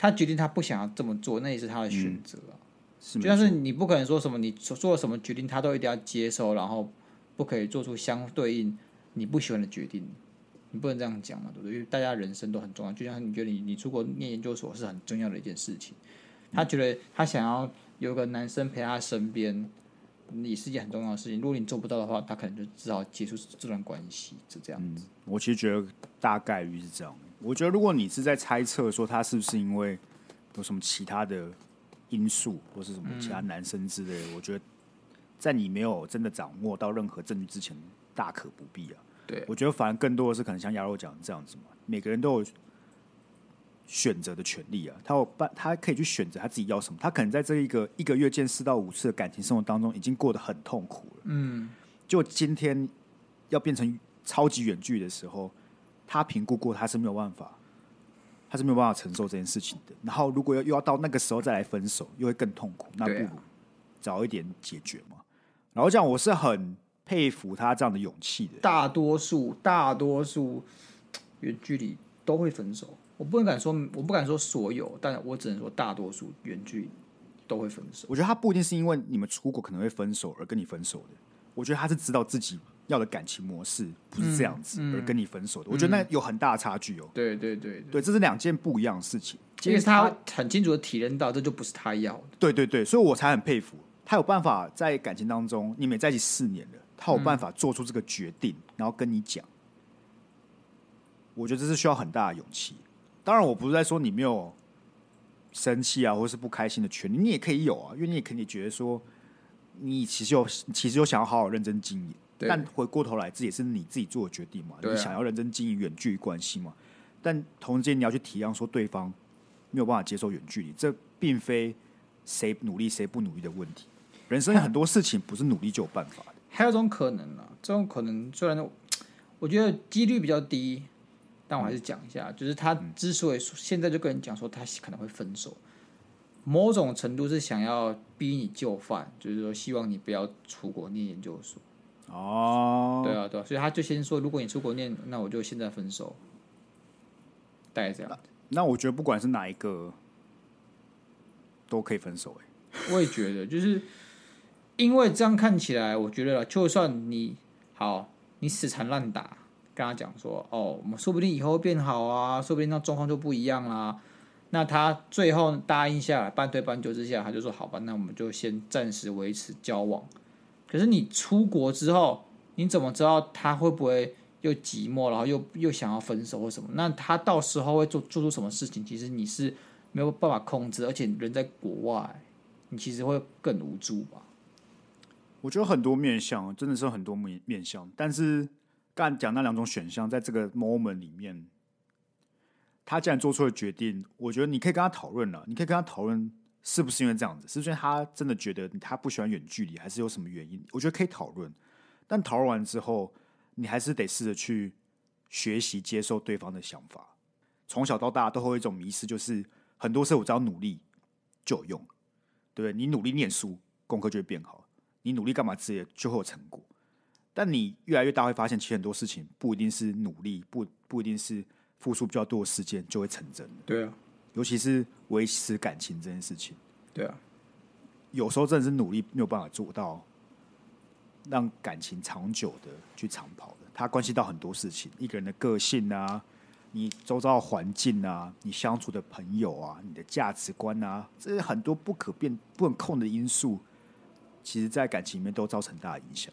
他决定他不想要这么做，那也是他的选择啊。 是就像是你不可能说什么你做了什么决定，他都一定要接受，然后不可以做出相对应你不喜欢的决定。你不能这样讲嘛，对不对？因为大家人生都很重要，就像你觉得你你出国念研究所是很重要的一件事情，他觉得他想要有个男生陪他身边，也是一件很重要的事情。如果你做不到的话，他可能就只好结束这段关系，是这样子、嗯。 我其实觉得大概率是这样。我觉得如果你是在猜测说他是不是因为有什么其他的因素，或是什么其他男生之类的、嗯，我觉得在你没有真的掌握到任何证据之前，大可不必啊。 对， 我觉得反而更多的是可能像鸭肉讲的这样子嘛，每个人都有选择的权利啊，他有办，他可以去选择他自己要什么。他可能在这一个一个月见四到五次的感情生活当中，已经过得很痛苦了。 嗯， 就今天要变成超级远距离的时候，他评估过他是没有办法，他是没有办法承受这件事情的。然后如果又要到那个时候再来分手，又会更痛苦。那不如早一点解决嘛。然后这样，我是很佩服他这样的勇气的。 大多数大多数远距离都会分手。我不能敢说，我不敢说所有，但我只能说大多数远距离都会分手。 我觉得他不一定是因为你们出国可能会分手而跟你分手的，我觉得他是知道自己要的感情模式不是这样子、嗯嗯、而跟你分手的。我觉得那有很大的差距哦。 对对 对, 对, 对，这是两件不一样的事情。 因为他很清楚的体认到这就不是他要的。 对对对，所以我才很佩服他有办法在感情当中，你们在一起四年了，他有办法做出这个决定，嗯、然后跟你讲。我觉得这是需要很大的勇气。当然，我不是在说你没有生气啊，或是不开心的权利，你也可以有啊，因为你也可以觉得说，你其实有其实有想要好好认真经营，但回过头来，这也是你自己做的决定嘛，你想要认真经营远距离关系嘛。但同时间，你要去体谅说对方没有办法接受远距离，这并非谁努力谁不努力的问题。人生很多事情不是努力就有办法的。 还有一种可能啊，这种可能虽然我觉得几率比较低。但我还是讲一下，就是他之所以现在就跟你讲说他可能会分手，某种程度是想要逼你就范，就是说希望你不要出国念研究所。 哦， 对啊，对啊，所以他就先说，如果你出国念，那我就现在分手，大概这样。 那, 那我觉得不管是哪一个，都可以分手哎、 欸。我也觉得，就是因为这样看起来，我觉得就算你好，你死缠烂打。跟他讲说，哦，我们说不定以后会变好啊，说不定那状况就不一样啦。那他最后答应下来，半推半就之下，他就说好吧，那我们就先暂时维持交往。可是你出国之后，你怎么知道他会不会又寂寞，然后又又想要分手或什么？那他到时候会做做出什么事情？其实你是没有办法控制，而且人在国外，你其实会更无助吧？ 我觉得很多面向，真的是很多面面向，但是。刚才讲那两种选项，在这个 moment 里面，他既然做出了决定，我觉得你可以跟他讨论了。你可以跟他讨论是不是因为这样子，是不是因为他真的觉得他不喜欢远距离，还是有什么原因？我觉得可以讨论。但讨论完之后，你还是得试着去学习接受对方的想法。从小到大都会有一种迷思，就是很多事我只要努力就有用，对不对？你努力念书，功课就会变好；你努力干嘛之类的，就会有成果。但你越来越大会发现，其实很多事情不一定是努力，不不一定是付出比较多的时间就会成真。 对啊， 尤其是维持感情这件事情。 对啊， 有时候真的是努力没有办法做到让感情长久的去长跑的。它关系到很多事情，一个人的个性啊，你周遭的环境啊，你相处的朋友啊，你的价值观啊，这是很多不可变、不可控的因素，其实在感情里面都造成大的影响。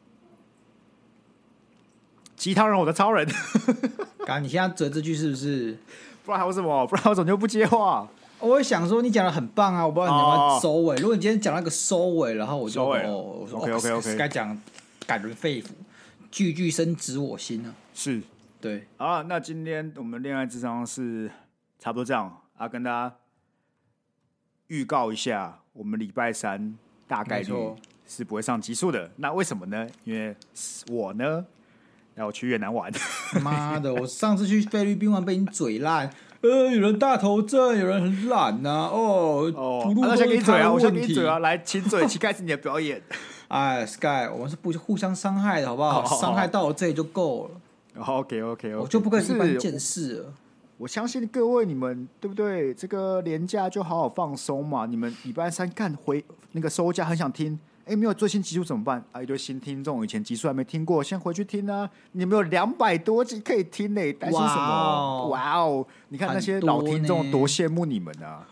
鸡汤人，我的超人。 刚你现在折这句是不是？ 不然还有什么？不然我怎么就不接话？ 我会想说你讲的很棒啊，我不知道你有没有收尾。哦、如果你今天讲那个收尾，然后我就收尾哦，我说 OK OK OK， 该讲感人肺腑，句句深植我心啊。 是， 对啊。那今天我们恋爱智商是差不多这样啊，跟大家预告一下，我们礼拜三大概率是不会上集数的。那为什么呢？因为我呢。要去越南玩， 妈的！我上次去菲律宾玩被你嘴烂，呃，有人大头症，有人很懒呐、啊，哦哦， 那先给你嘴啊，我先给你嘴啊，来，请嘴，请开始你的表演。 哎 ，Sky， 我们是不互相伤害的，好不好？伤、oh, 害到我这里就够了。 OK OK OK， 我就不可以一般见识了。 我相信各位你们对不对？这个连假就好好放松嘛。你们礼拜三干回那个收假，很想听，哎，没有最新集数怎么办？啊，一堆新听众，以前集数还没听过，先回去听啊。你们有两百多集可以听嘞，担心什么？哇哦！你看那些老听众多羡慕你们啊！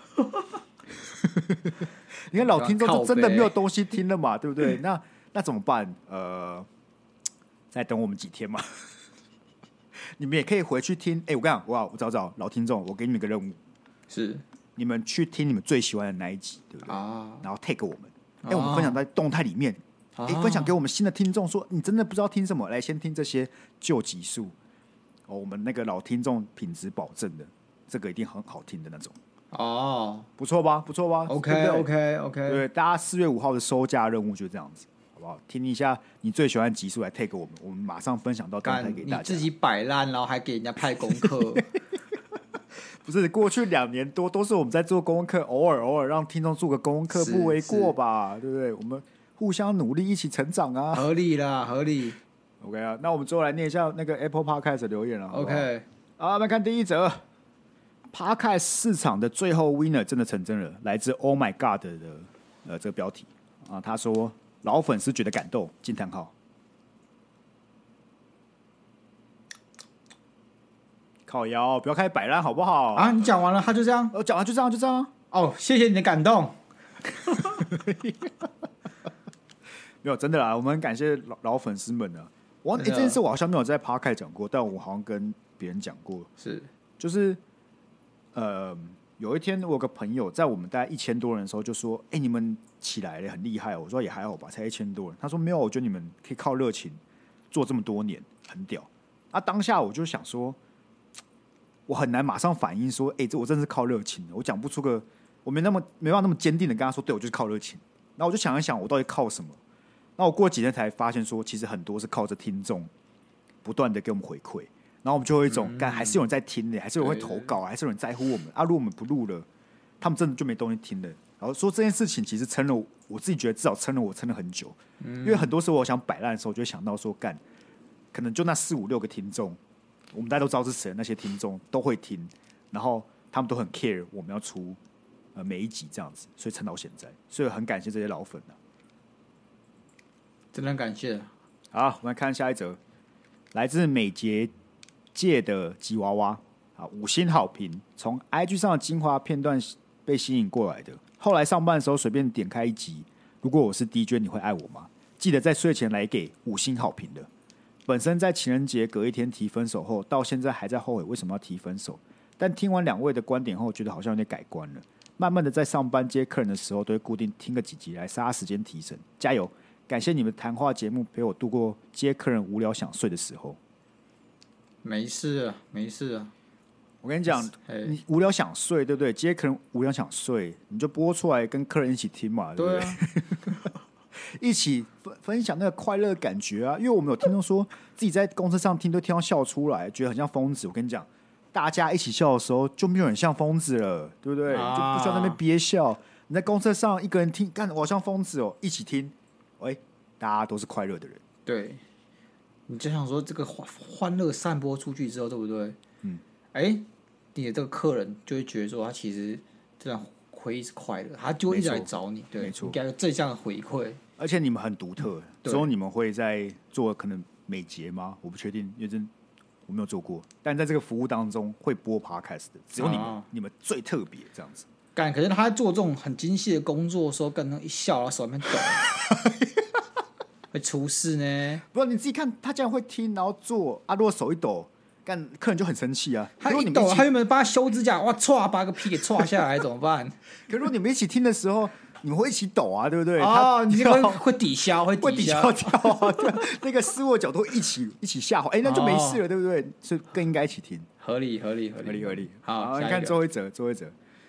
你看老听众就真的没有东西听了嘛，对不对？那那怎么办？呃，再等我们几天嘛。你们也可以回去听，哎、欸，我跟你讲，哇，我找找老听众，我给你们一个任务， 是你们去听你们最喜欢的那一集，对不对？啊，然后 take 我们，哎、欸，我们分享在动态里面，哎、欸，分享给我们新的听众，说你真的不知道听什么，来先听这些旧集数，哦，我们那个老听众品质保证的，这个一定很好听的那种。哦，不错吧？不错吧 ？OK 对对 OK OK， 对，大家四月五号的收假任务就这样子。好不好？听一下你最喜欢的集数来 take 我们，我们马上分享到动态给大家。 你自己摆烂，然后还给人家派功课， 不是？过去两年多都是我们在做功课，偶尔偶尔让听众做个功课不为过吧？对不对？我们互相努力，一起成长啊！ 合理啦，合理。 OK 啊，那我们最后来念一下那个 Apple Podcast 的留言了。 OK， 好，我们看第一则 ，Podcast 市场的最后 winner 真的成真了，来自 Oh My God 的呃这个标题啊，他说。老粉丝觉得感动，惊叹号！靠腰，不要开始摆烂好不好？ 啊，你讲完了，他就这样？ 我讲完就这样，就这样。 哦，谢谢你的感动。 没有，真的啦，我们很感谢老老粉丝们的。我哎、欸，这件事我好像没有在 Podcast 讲过，但我好像跟别人讲过。 是， 就是呃。有一天，我有个朋友在我们大概一千多人的时候就说：“哎、欸，你们起来了，很厉害。”我说：“也还好吧，才一千多人。”他说：“没有，我觉得你们可以靠热情做这么多年，很屌。”啊，当下我就想说，我很难马上反应说：“哎、欸，这我真的是靠热情的。”我讲不出个，我没那么没办法那么坚定的跟他说：“对，我就是靠热情。”然后我就想一想，我到底靠什么？那我过几天才发现说，其实很多是靠着听众不断的给我们回馈。然后我们就有一种，干、嗯、还是有人在听的，还是有人会投稿，还是有人在乎我们啊。如果我们不录了，他们真的就没东西听了。然后说这件事情其实撑了我，我自己觉得至少撑了我撑了很久。嗯、因为很多时候我想摆烂的时候，我就会想到说，干可能就那四五六个听众，我们大家都知道是谁，那些听众都会听，然后他们都很 care 我们要出呃每一集这样子，所以撑到现在，所以很感谢这些老粉啊， 真的很感谢。 好，我们来看下一则，来自美捷界的吉娃娃啊，五星好评，从 I G 上的精华片段被吸引过来的。后来上班的时候随便点开一集，如果我是 D J， 你会爱我吗？记得在睡前来给五星好评的。本身在情人节隔一天提分手后，到现在还在后悔为什么要提分手。但听完两位的观点后，觉得好像有点改观了。慢慢的在上班接客人的时候，都会固定听个几集来杀时间提神。加油！感谢你们谈话节目陪我度过接客人无聊想睡的时候。 没事啊，没事啊。 我跟你讲，你无聊想睡，对不对？接客人无聊想睡，你就播出来跟客人一起听嘛，对不对？对啊、一起分分享那个快乐的感觉啊！因为我们有听众说自己在公车上听都听到笑出来，觉得很像疯子。我跟你讲，大家一起笑的时候就没有人像疯子了，对不对？啊、就不需要在那边憋笑。你在公车上一个人听，干我好像疯子哦，一起听，喂，大家都是快乐的人。 对。你就想说这个欢乐散播出去之后，对不对？嗯，哎、欸，你的这个客人就会觉得说，他其实这样回忆是快乐，他就会一直来找你，对，没错，给他正向的回馈。而且你们很独特，只有你们会在做可能美睫吗？我不确定，因为真我没有做过。但在这个服务当中会播 podcast 的，只有你们，啊、你们最特别这样子。 干，可是他在做这种很精细的工作的时候，干那一笑，然后手里面抖。会出事呢？ 不是你自己看，他这样会听，然后做啊。如果手一抖，干客人就很生气啊。 他一抖，他原本帮他修指甲，哇，歘，把个皮给歘下来，怎么办？ 可如果你们一起听的时候，你们会一起抖啊，对不对？ 哦，你会会抵消，会抵消掉啊。对，那个失误角度一起一起吓坏，哎，那就没事了，对不对？所以更应该一起听， 合理，合理，合理， 合理，合理。 好， 你看最后一则，最后一则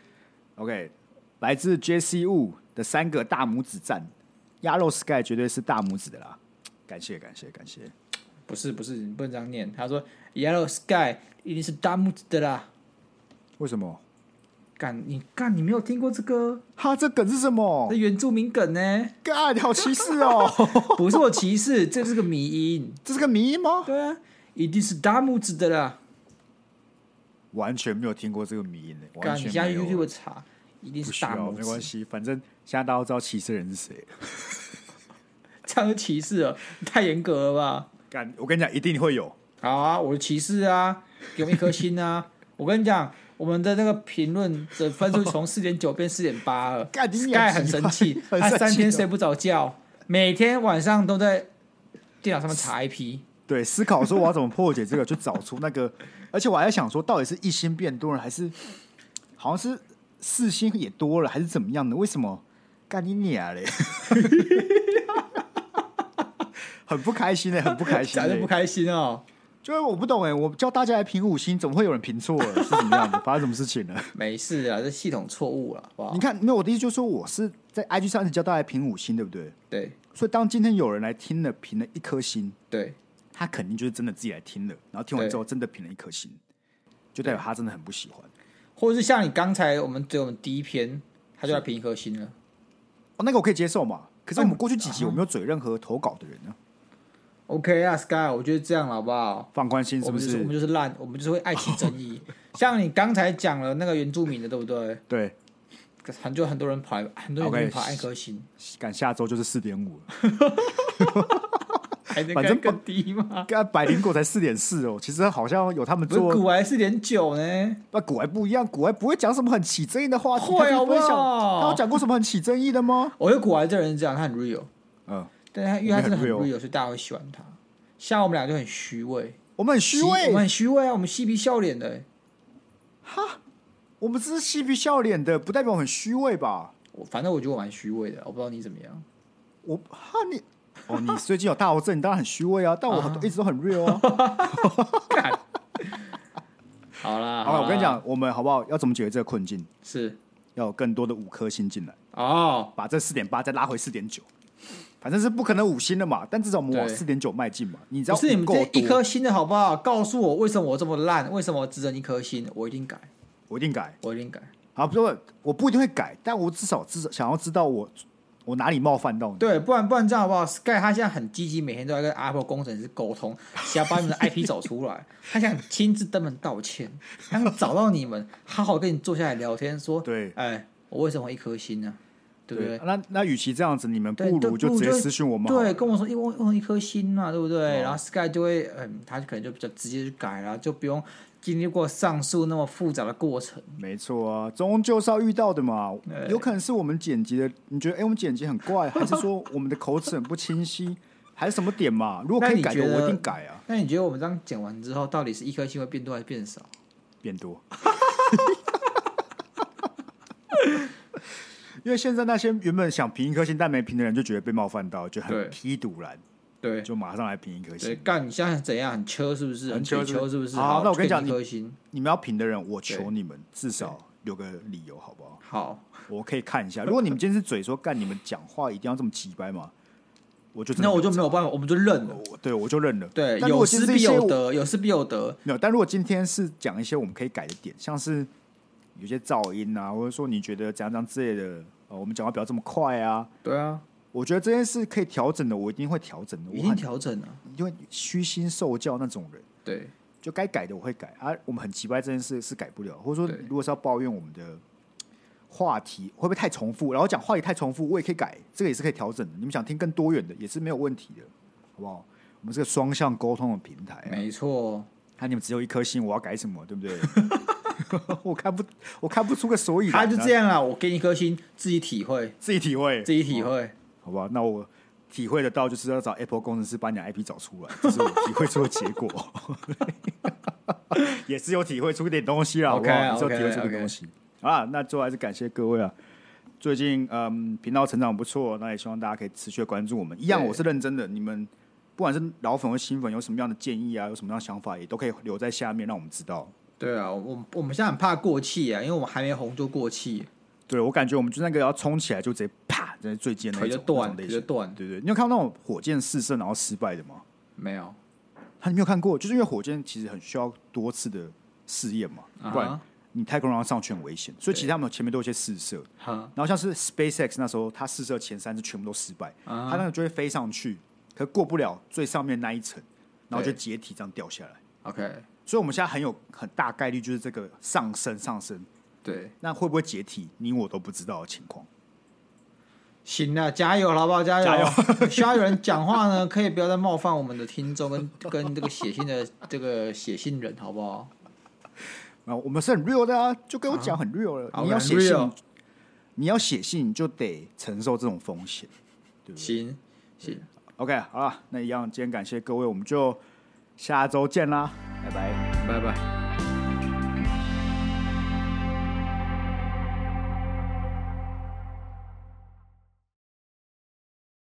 ，OK， 来自 J C Wu 的三个大拇指赞。鸭肉 Sky 绝对是大拇指的啦，感谢感谢感谢。 不是不是，你不能这样念。他说 Yellow Sky 一定是大拇指的啦。 为什么？ 干你干你没有听过这个？ 哈，这梗是什么？ 这原住民梗呢？ 干，你好歧视哦！ 不是我歧视，这是个迷音。 这是个迷音吗？ 对啊，一定是大拇指的啦。 完全没有听过这个迷因的，完干，你现在全没有。 YouTube 查，一定不需要， 是大拇指， 没关系，反正现在大家都知道歧视人是谁。 这样就歧视了，太严格了吧？ 干，我跟你讲，一定会有。 好啊，我的歧视啊，给我们一颗星啊！我跟你讲，我们的那个评论的分数从四点九变四点八了。 干你 Sky 很生气， 很生气他三天睡不着觉，每天晚上都在电脑上面查 I P。 对，思考说我要怎么破解这个，就找出那个，而且我还在想说，到底是一星变多了，还是好像是四星也多了，还是怎么样的？为什么？干你娘嘞！很不开心的、欸，很不开心、欸， 讲的不开心哦。 就是我不懂哎、欸，我叫大家来评五星，怎么会有人评错了？是怎么样的？发生什么事情了？ 没事啊，这系统错误了，好不好？ 你看，没有我的意思就是说，我是在 I G 上是叫大家来评五星，对不对？ 对所以当今天有人来听了，评了一颗星， 对他肯定就是真的自己来听了，然后听完之后真的评了一颗星，就代表他真的很不喜欢。 或者是像你刚才我们只有我们第一篇，他就来评一颗星了。 哦，那个我可以接受嘛。可是我们过去几集我没有嘴任何投稿的人呢。 OK 啊 ，Sky， 我觉得这样了，好不好？ 放宽心是不是？ 我们就是我们就是烂，我们就是会爱提争议。像你刚才讲了那个原住民的，对不对？ 对， 很就很多人跑来，很多人就跑一颗星， 赶下周就是四点五了。 还能反正更低吗？ 跟百灵果才四点四哦，其实好像有他们不是做， 古玩四点九呢？ 那古玩不一样，古玩不会讲什么很起争议的话题， 会好不好他有讲过什么很起争议的吗？ 我觉得古玩这人是这样，他很 real， 嗯， 但是他因为他真的很我们很 real，所以大家会喜欢他。像我们俩就很虚伪， 我们很虚我们伪， 很虚伪啊，我们嬉皮笑脸的、欸。 我们只是嬉皮笑脸的，不代表我很虚伪吧？ 我反正我觉得我蛮虚伪的，我不知道你怎么样。 我哈你哦，你最近有大头症，你当然很虚伪啊，但我很、啊、一直都很 real 啊。 好啦， 好了，我跟你讲，我们好不好？要怎么解决这个困境？ 是要有更多的五颗星进来哦， 把这四点八再拉回四点九。反正是不可能五星的嘛，但至少我们往四点九迈进嘛。你知道， 不是你们这一颗星的好不好？告诉我为什么我这么烂？为什么我只剩一颗星？我一定改， 我一定改， 我一定改。 好，不是我不一定会改，但我至少至少想要知道我我哪里冒犯到你。 对，不然不然这样好不好 ？Sky 他现在很积极，每天都在跟 Apple 工程师沟通，想要把你们的 I P 找出来。他想亲自登门道歉，他想找到你们，好好跟你坐下来聊天，说， 对， 哎，我为什么一颗星呢、啊？对不对？ 对那那与其这样子，你们不如就直接私讯我们， 对，跟我说，因为我一颗星嘛，对不对？哦、然后 Sky 就会，嗯，他可能就比较直接去改了，就不用经历过上述那么复杂的过程。 没错啊，终究是要遇到的嘛。有可能是我们剪辑的，你觉得，哎，我们剪辑很怪，还是说我们的口齿很不清晰，还是什么点嘛？如果可以改的，我一定改啊。 那你觉得我们这样剪完之后，到底是一颗星会变多还是变少？ 变多。因为现在那些原本想评一颗星但没评的人，就觉得被冒犯到，就很批堵然， 对， 就马上来评一颗星。 干，你现在怎样？很缺是不是？很缺是不是？ 好，那我跟你讲， 一颗星， 你们要评的人，我求你们至少有个理由，好不好？ 好， 我可以看一下。如果你们今天是嘴说干，你们讲话一定要这么直白嘛，我就那我就没有办法，我们就认了。 对，我就认了。 对，有失必有得，有失必有得。 没有，但如果今天是讲一些我们可以改的点，像是有些噪音啊，或者说你觉得怎样怎样之类的。哦、我们讲话不要这么快啊！ 对啊， 我觉得这件事可以调整的，我一定会调整的， 一定调整啊！ 因为虚心受教那种人， 对， 就该改的我会改啊。我们很奇怪这件事是改不了，或者说如果是要抱怨我们的话题会不会太重复，然后讲话题太重复，我也可以改，这个也是可以调整的。你们想听更多元的，也是没有问题的，好不好？我们是个双向沟通的平台、啊， 没错。 那、啊、你们只有一颗心，我要改什么，对不对？我看不，我看不出个所以然。 他就这样啊，我给你一颗心，自己体会， 自己体会， 自己体会， 哦、好吧？那我体会得到，就是要找 Apple 工程师把你的 I P 找出来，这是我体会出的结果。也是有体会出点东西啦，好不好？ Okay, 也是有体会出点东西。好啦，那最后还是感谢各位啊！最近嗯，频道成长不错，那也希望大家可以持续关注我们。一样，我是认真的，你们不管是老粉或新粉，有什么样的建议啊，有什么样的想法，也都可以留在下面，让我们知道。 对啊，我我们现在很怕过气啊，因为我们还没红就过气。 对，我感觉我们就那个要冲起来就直接啪，在最尖那种， 腿就断，腿就断。 对对，你有看到那种火箭试射然后失败的吗？ 没有。 他你没有看过，就是因为火箭其实很需要多次的试验嘛，不然你太空人要上去很危险，所以其实他们前面都有一些试射。然后像是 SpaceX 那时候，他试射前三次全部都失败，他那个就会飞上去，可过不了最上面那一层，然后就解体这样掉下来。 OK。 所以我们现在很有很大概率就是这个上升上升， 对， 那会不会解体，你我都不知道的情况。 行了，加油，好不好？加油！ 加油需要有人讲话呢，可以不要再冒犯我们的听众跟跟这个写信的这个写信人，好不好？ 啊，我们是很 real 的啊，就跟我讲很 real 了。 啊你要写很信 real， 你要写信，你就得承受这种风险，对不对？ 行行， OK， 好了，那一样，今天感谢各位，我们就下周见啦，拜拜， 拜拜。